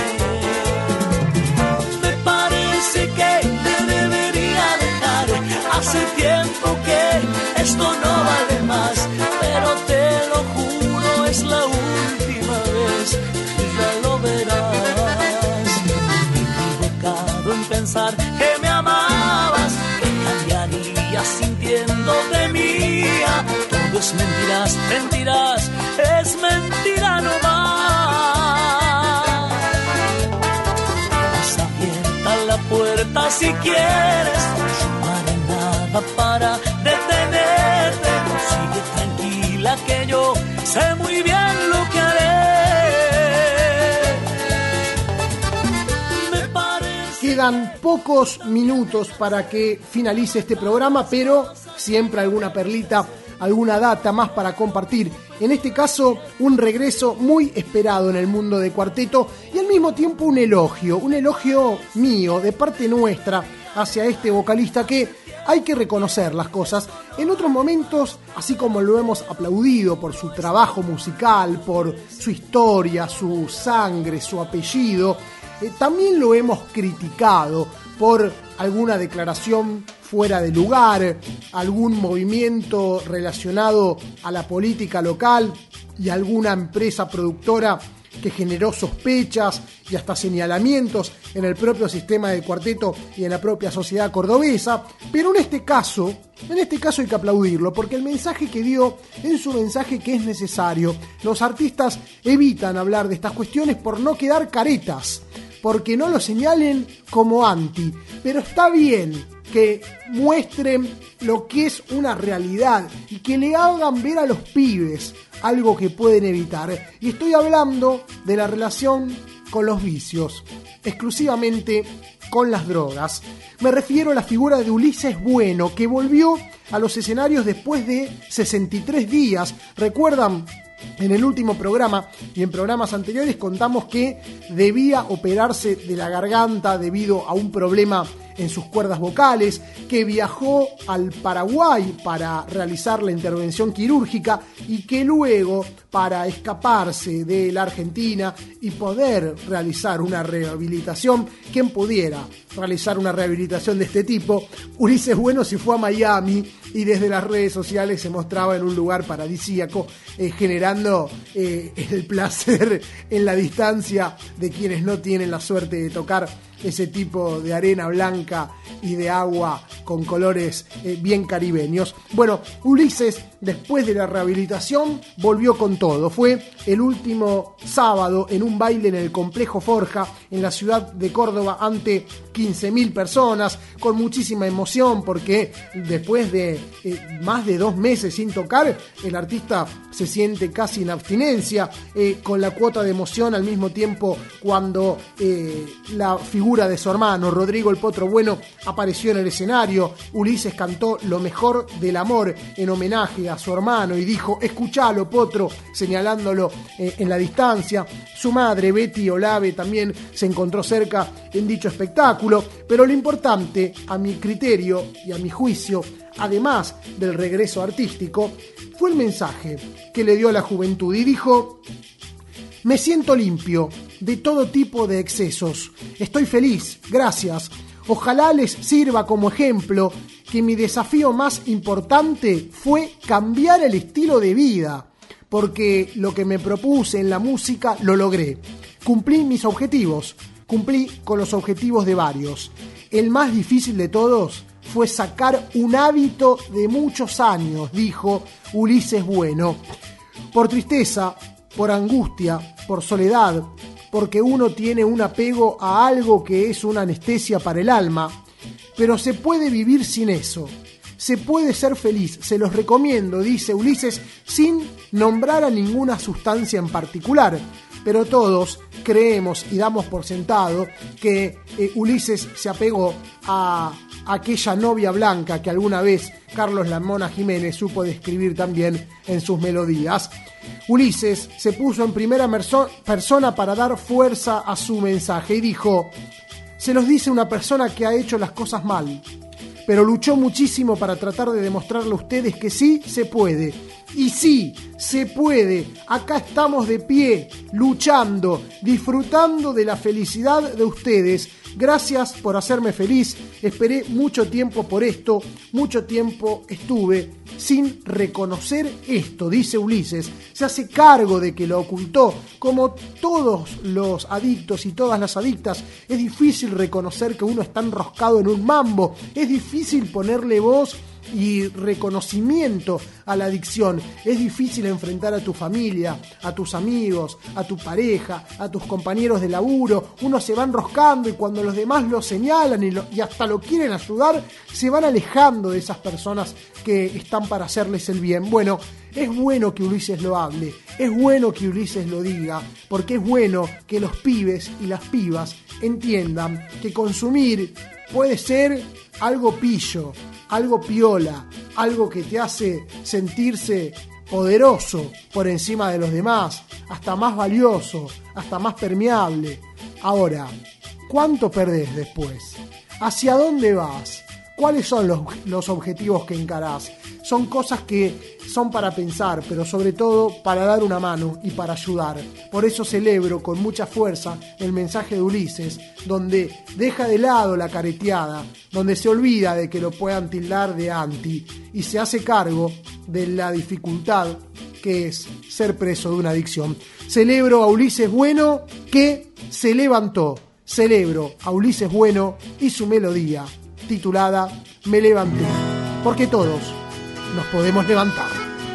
Me parece que te debería dejar, hace tiempo que esto no vale más, pero te lo juro es la última vez y ya lo verás. En pensar que me amabas, que cambiarías sintiéndote mía. Todo es mentiras, mentiras, es mentira nomás. Tienes abierta la puerta si quieres, no haré nada para detenerte. Sigue tranquila que yo sé muy bien lo que haré. Quedan pocos minutos para que finalice este programa, pero siempre alguna perlita, alguna data más para compartir. En este caso, un regreso muy esperado en el mundo de Cuarteto y al mismo tiempo un elogio mío, de parte nuestra, hacia este vocalista que hay que reconocer las cosas. En otros momentos, así como lo hemos aplaudido por su trabajo musical, por su historia, su sangre, su apellido, también lo hemos criticado por alguna declaración fuera de lugar, algún movimiento relacionado a la política local y alguna empresa productora que generó sospechas y hasta señalamientos en el propio sistema de Cuarteto y en la propia sociedad cordobesa. Pero en este caso hay que aplaudirlo, porque el mensaje que dio es un mensaje que es necesario. Los artistas evitan hablar de estas cuestiones por no quedar caretas, porque no lo señalen como anti, pero está bien que muestren lo que es una realidad y que le hagan ver a los pibes algo que pueden evitar. Y estoy hablando de la relación con los vicios, exclusivamente con las drogas. Me refiero a la figura de Ulises Bueno, que volvió a los escenarios después de 63 días. ¿Recuerdan? En el último programa y en programas anteriores contamos que debía operarse de la garganta debido a un problema en sus cuerdas vocales, que viajó al Paraguay para realizar la intervención quirúrgica y que luego, para escaparse de la Argentina y poder realizar una rehabilitación, quien pudiera realizar una rehabilitación de este tipo, Ulises Bueno se fue a Miami y desde las redes sociales se mostraba en un lugar paradisíaco, generando el placer en la distancia de quienes no tienen la suerte de tocar ese tipo de arena blanca y de agua con colores bien caribeños. Bueno, Ulises, después de la rehabilitación, volvió con todo. Fue el último sábado en un baile en el Complejo Forja, en la ciudad de Córdoba, ante 15.000 personas, con muchísima emoción, porque después de más de 2 meses sin tocar, el artista se siente casi en abstinencia, con la cuota de emoción al mismo tiempo cuando la figura de su hermano, Rodrigo el Potro Bueno, apareció en el escenario. Ulises cantó Lo mejor del amor en homenaje a su hermano y dijo: escuchalo, Potro, señalándolo en la distancia. Su madre, Betty Olave, también se encontró cerca en dicho espectáculo. espectáculo, pero lo importante, a mi criterio y a mi juicio, además del regreso artístico, fue el mensaje que le dio a la juventud y dijo: me siento limpio de todo tipo de excesos, estoy feliz, gracias, ojalá les sirva como ejemplo que mi desafío más importante fue cambiar el estilo de vida, porque lo que me propuse en la música lo logré, cumplí mis objetivos, cumplí con los objetivos de varios, el más difícil de todos fue sacar un hábito de muchos años, dijo Ulises Bueno. Por tristeza, por angustia, por soledad, porque uno tiene un apego a algo que es una anestesia para el alma, pero se puede vivir sin eso. Se puede ser feliz, se los recomiendo, dice Ulises, sin nombrar a ninguna sustancia en particular. Pero todos creemos y damos por sentado que Ulises se apegó a aquella novia blanca que alguna vez Carlos Lamona Jiménez supo describir también en sus melodías. Ulises se puso en primera persona para dar fuerza a su mensaje y dijo: se los dice una persona que ha hecho las cosas mal, pero luchó muchísimo para tratar de demostrarle a ustedes que sí se puede. Y sí, se puede. Acá estamos de pie, luchando, disfrutando de la felicidad de ustedes. Gracias por hacerme feliz. Esperé mucho tiempo por esto, mucho tiempo estuve sin reconocer esto, dice Ulises. Se hace cargo de que lo ocultó. Como todos los adictos y todas las adictas, es difícil reconocer que uno está enroscado en un mambo. Es difícil ponerle voz y reconocimiento a la adicción. Es difícil enfrentar a tu familia, a tus amigos, a tu pareja, a tus compañeros de laburo. Uno se va enroscando y cuando los demás lo señalan y hasta lo quieren ayudar, se van alejando de esas personas que están para hacerles el bien. Bueno, es bueno que Ulises lo hable, es bueno que Ulises lo diga, porque es bueno que los pibes y las pibas entiendan que consumir puede ser algo pillo, algo piola, algo que te hace sentirse poderoso por encima de los demás, hasta más valioso, hasta más permeable. Ahora, ¿cuánto perdés después? ¿Hacia dónde vas? ¿Cuáles son los objetivos que encarás? Son cosas que son para pensar, pero sobre todo para dar una mano y para ayudar. Por eso celebro con mucha fuerza el mensaje de Ulises, donde deja de lado la careteada, donde se olvida de que lo puedan tildar de anti y se hace cargo de la dificultad que es ser preso de una adicción. Celebro a Ulises Bueno que se levantó. Celebro a Ulises Bueno y su melodía titulada Me levanté, porque todos nos podemos levantar.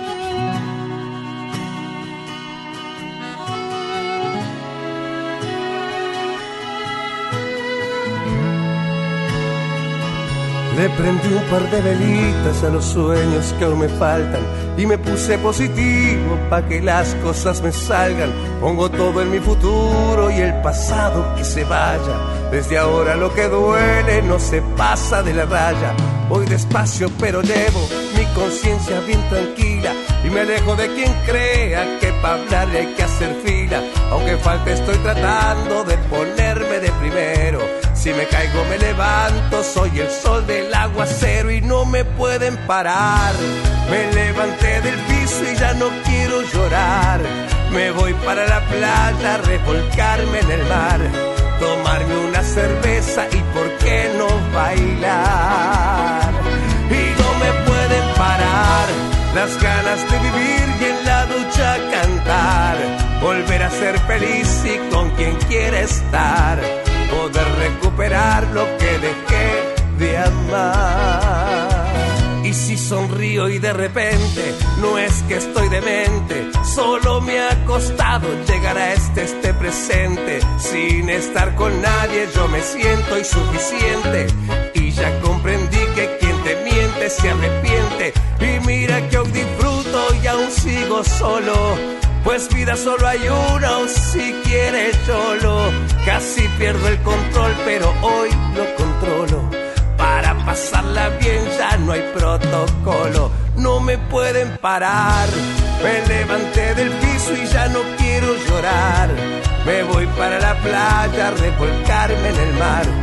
Le prendí un par de velitas a los sueños que aún me faltan y me puse positivo pa' que las cosas me salgan. Pongo todo en mi futuro y el pasado que se vaya. Desde ahora lo que duele no se pasa de la raya. Voy despacio pero llevo mi conciencia bien tranquila y me alejo de quien crea que pa' hablarle hay que hacer fila. Aunque falte estoy tratando de ponerme de primero. Si me caigo me levanto, soy el sol del aguacero y no me pueden parar. Me levanté del piso y ya no quiero llorar. Me voy para la playa a revolcarme en el mar, tomarme una cerveza y por qué no bailar. Y no me pueden parar las ganas de vivir y en la ducha cantar, volver a ser feliz y con quien quiera estar, poder recuperar lo que dejé de amar. Y si sonrío y de repente, no es que estoy demente, solo me ha costado llegar a este presente. Sin estar con nadie yo me siento insuficiente y ya comprendí que quien te miente se arrepiente. Y mira que hoy disfruto y aún sigo solo, pues vida solo hay una, o si quieres solo. Casi pierdo el control, pero hoy lo controlo. Para pasarla bien ya no hay protocolo. No me pueden parar. Me levanté del piso y ya no quiero llorar. Me voy para la playa a revolcarme en el mar,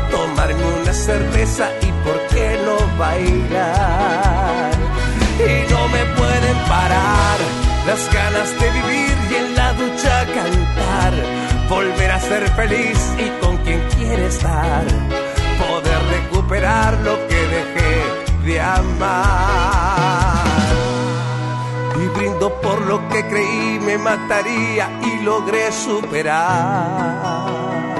tomarme una cerveza y por qué no bailar. Y no me pueden parar las ganas de vivir y en la ducha cantar, volver a ser feliz y con quien quiere estar, poder recuperar lo que dejé de amar. Y brindo por lo que creí me mataría y logré superar,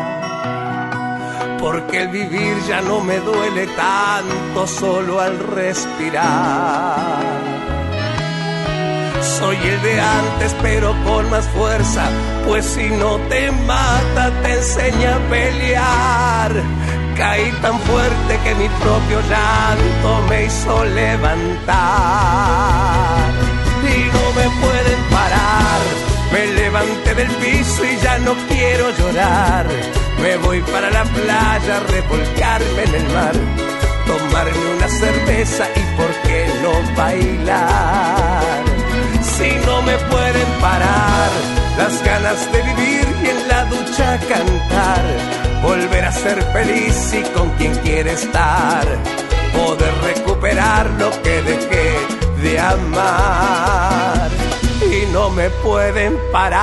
porque el vivir ya no me duele tanto solo al respirar. Soy el de antes pero con más fuerza, pues si no te mata te enseña a pelear. Caí tan fuerte que mi propio llanto me hizo levantar. Y no me pueden parar, me levanté del piso y ya no quiero llorar. Me voy para la playa a revolcarme en el mar, tomarme una cerveza y por qué no bailar. Si no me pueden parar las ganas de vivir y en la ducha cantar, volver a ser feliz y con quien quiere estar, poder recuperar lo que dejé de amar. Y no me pueden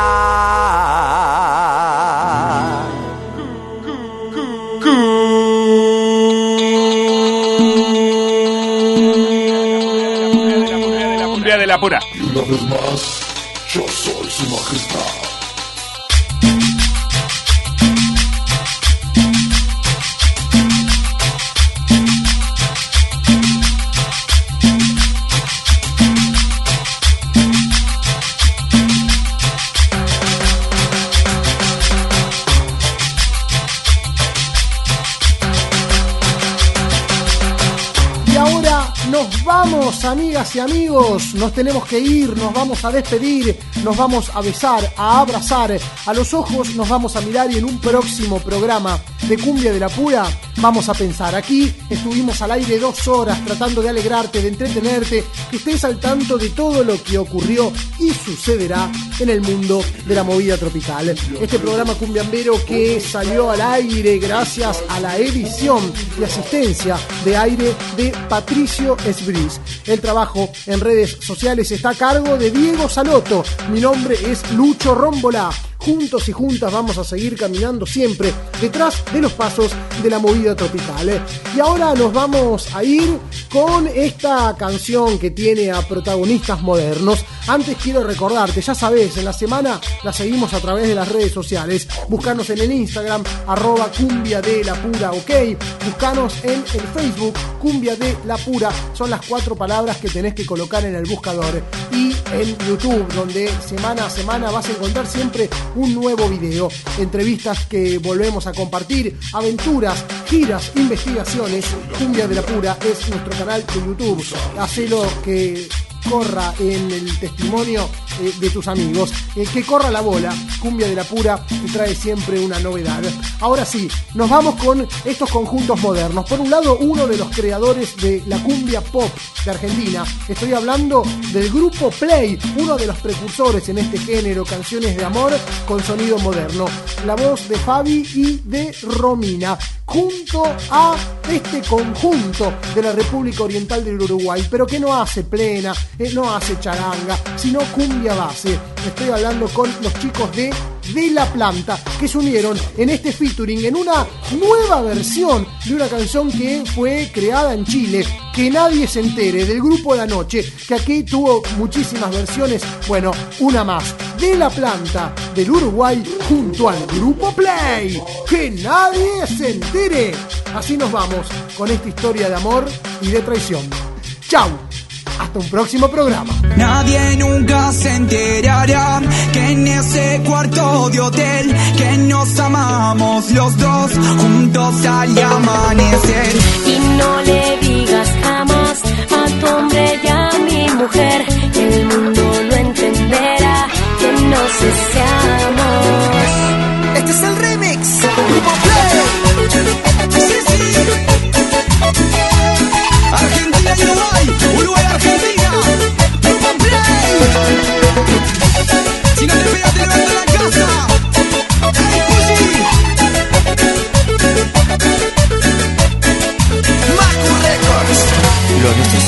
parar. Cumbia de la pura. Y una vez más, yo soy su majestad. Vamos, amigas y amigos, nos tenemos que ir, nos vamos a despedir, nos vamos a besar, a abrazar, a los ojos nos vamos a mirar y en un próximo programa de Cumbia de la Pura vamos a pensar. Aquí estuvimos al aire 2 horas tratando de alegrarte, de entretenerte, que estés al tanto de todo lo que ocurrió y sucederá en el mundo de la movida tropical. Este programa cumbiambero que salió al aire gracias a la edición y asistencia de aire de Patricio Esbris. El trabajo en redes sociales está a cargo de Diego Salotto. Mi nombre es Lucho Rómbola. Juntos y juntas vamos a seguir caminando siempre detrás de los pasos de la movida tropical. Y ahora nos vamos a ir con esta canción que tiene a protagonistas modernos. Antes quiero recordarte, ya sabés, en la semana la seguimos a través de las redes sociales. Buscanos en el Instagram, @cumbia de la pura, ok. Buscanos en el Facebook, Cumbia de la Pura. Son las 4 palabras que tenés que colocar en el buscador. Y en YouTube, donde semana a semana vas a encontrar siempre un nuevo video, entrevistas que volvemos a compartir, aventuras, giras, investigaciones. Cumbia de la Pura es nuestro canal de YouTube. Hacelo que corra en el testimonio de tus amigos, que corra la bola. Cumbia de la Pura te trae siempre una novedad. Ahora sí, nos vamos con estos conjuntos modernos. Por un lado, uno de los creadores de la cumbia pop de Argentina. Estoy hablando del grupo Play, uno de los precursores en este género, canciones de amor con sonido moderno. La voz de Fabi y de Romina, junto a este conjunto de la República Oriental del Uruguay, pero que no hace plena, no hace charanga, sino cumbia base. Estoy hablando con los chicos de La Planta, que se unieron en este featuring, en una nueva versión de una canción que fue creada en Chile. Que nadie se entere, del grupo La Noche, que aquí tuvo muchísimas versiones. Bueno, una más, de La Planta, del Uruguay, junto al grupo Play. Que nadie se entere. Así nos vamos con esta historia de amor y de traición. ¡Chau! Hasta un próximo programa. Nadie nunca se enterará que en ese cuarto de hotel que nos amamos los dos juntos al amanecer. Y no le digas jamás a tu hombre y a mi mujer, que el mundo lo entenderá, que nos deseamos. Este es el remix. Grupo Play. Sí, sí. Argentina y Uruguay. Uruguay, Argentina. Grupo Play. Si no te pegas, te levanto la casa. ¡Hey, Fuji!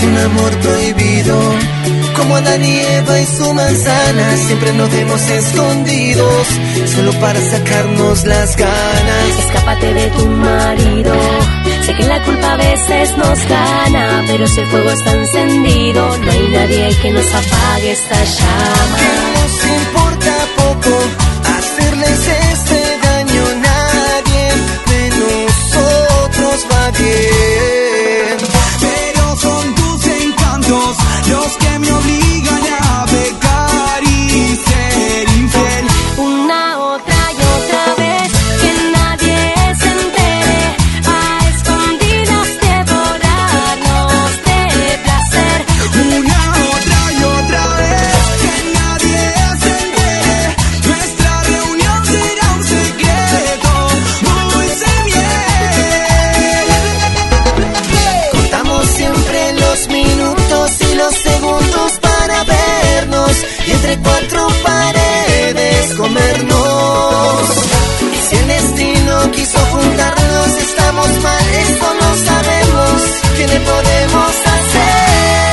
un amor prohibido. Como Adán y Eva y su manzana, siempre nos vemos escondidos, solo para sacarnos las ganas. Escápate de tu marido. Sé que la culpa a veces nos gana, pero si el fuego está encendido, no hay nadie que nos apague esta llama. Que nos importa poco hacerles este daño, nadie de nosotros va bien. Pero son tus encantos los que me obligan a pecar y ser infiel. Una, otra y otra vez, que nadie se entere, a escondidas devorarnos de placer. Una, otra y otra vez, que nadie se entere, nuestra reunión será un secreto, dulce miel. Contamos siempre los minutos y los segundos para vernos, y entre cuatro paredes comernos. Y si el destino quiso juntarnos, estamos mal, esto no sabemos. ¿Qué le podemos hacer?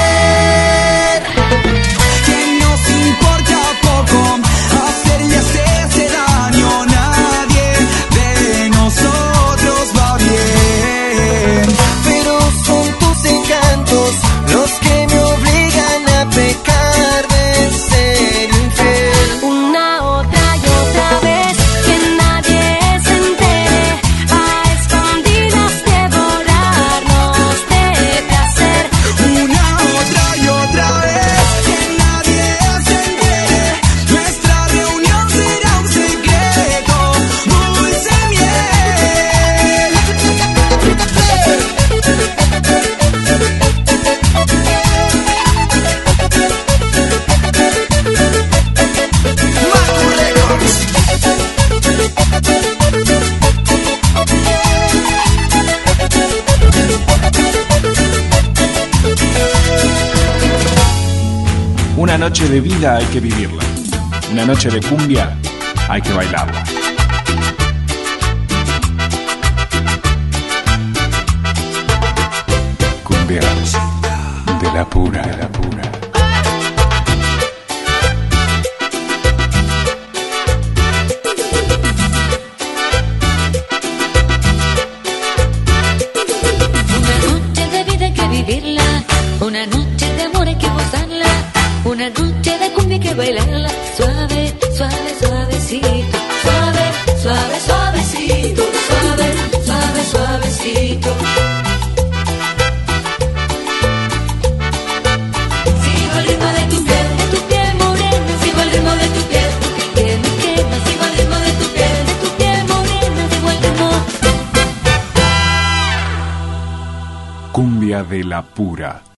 Que nos importa poco hacerles ese daño, nadie de nosotros va bien. Pero son tus encantos los que me obligan a pecar de ser infiel. Una, otra y otra vez, que nadie se entere, a escondidas devorarnos de placer. Una, otra y otra vez, que nadie se entere, nuestra reunión será un secreto, dulce miel. Una noche de vida hay que vivirla. Una noche de cumbia hay que bailarla. Cumbias de la pura, de la pura. Una noche de vida hay que vivirla, una noche de amor hay que gozarla, una noche de cumbia hay que bailarla, suave, suave, suavecito, suave, suave, suavecito, suave, suave, suavecito. Sigo el ritmo de tu piel morena, sigo el ritmo de tu piel, que me quema, sigo el ritmo de tu piel morena, sigo el ritmo. Cumbia de la pura.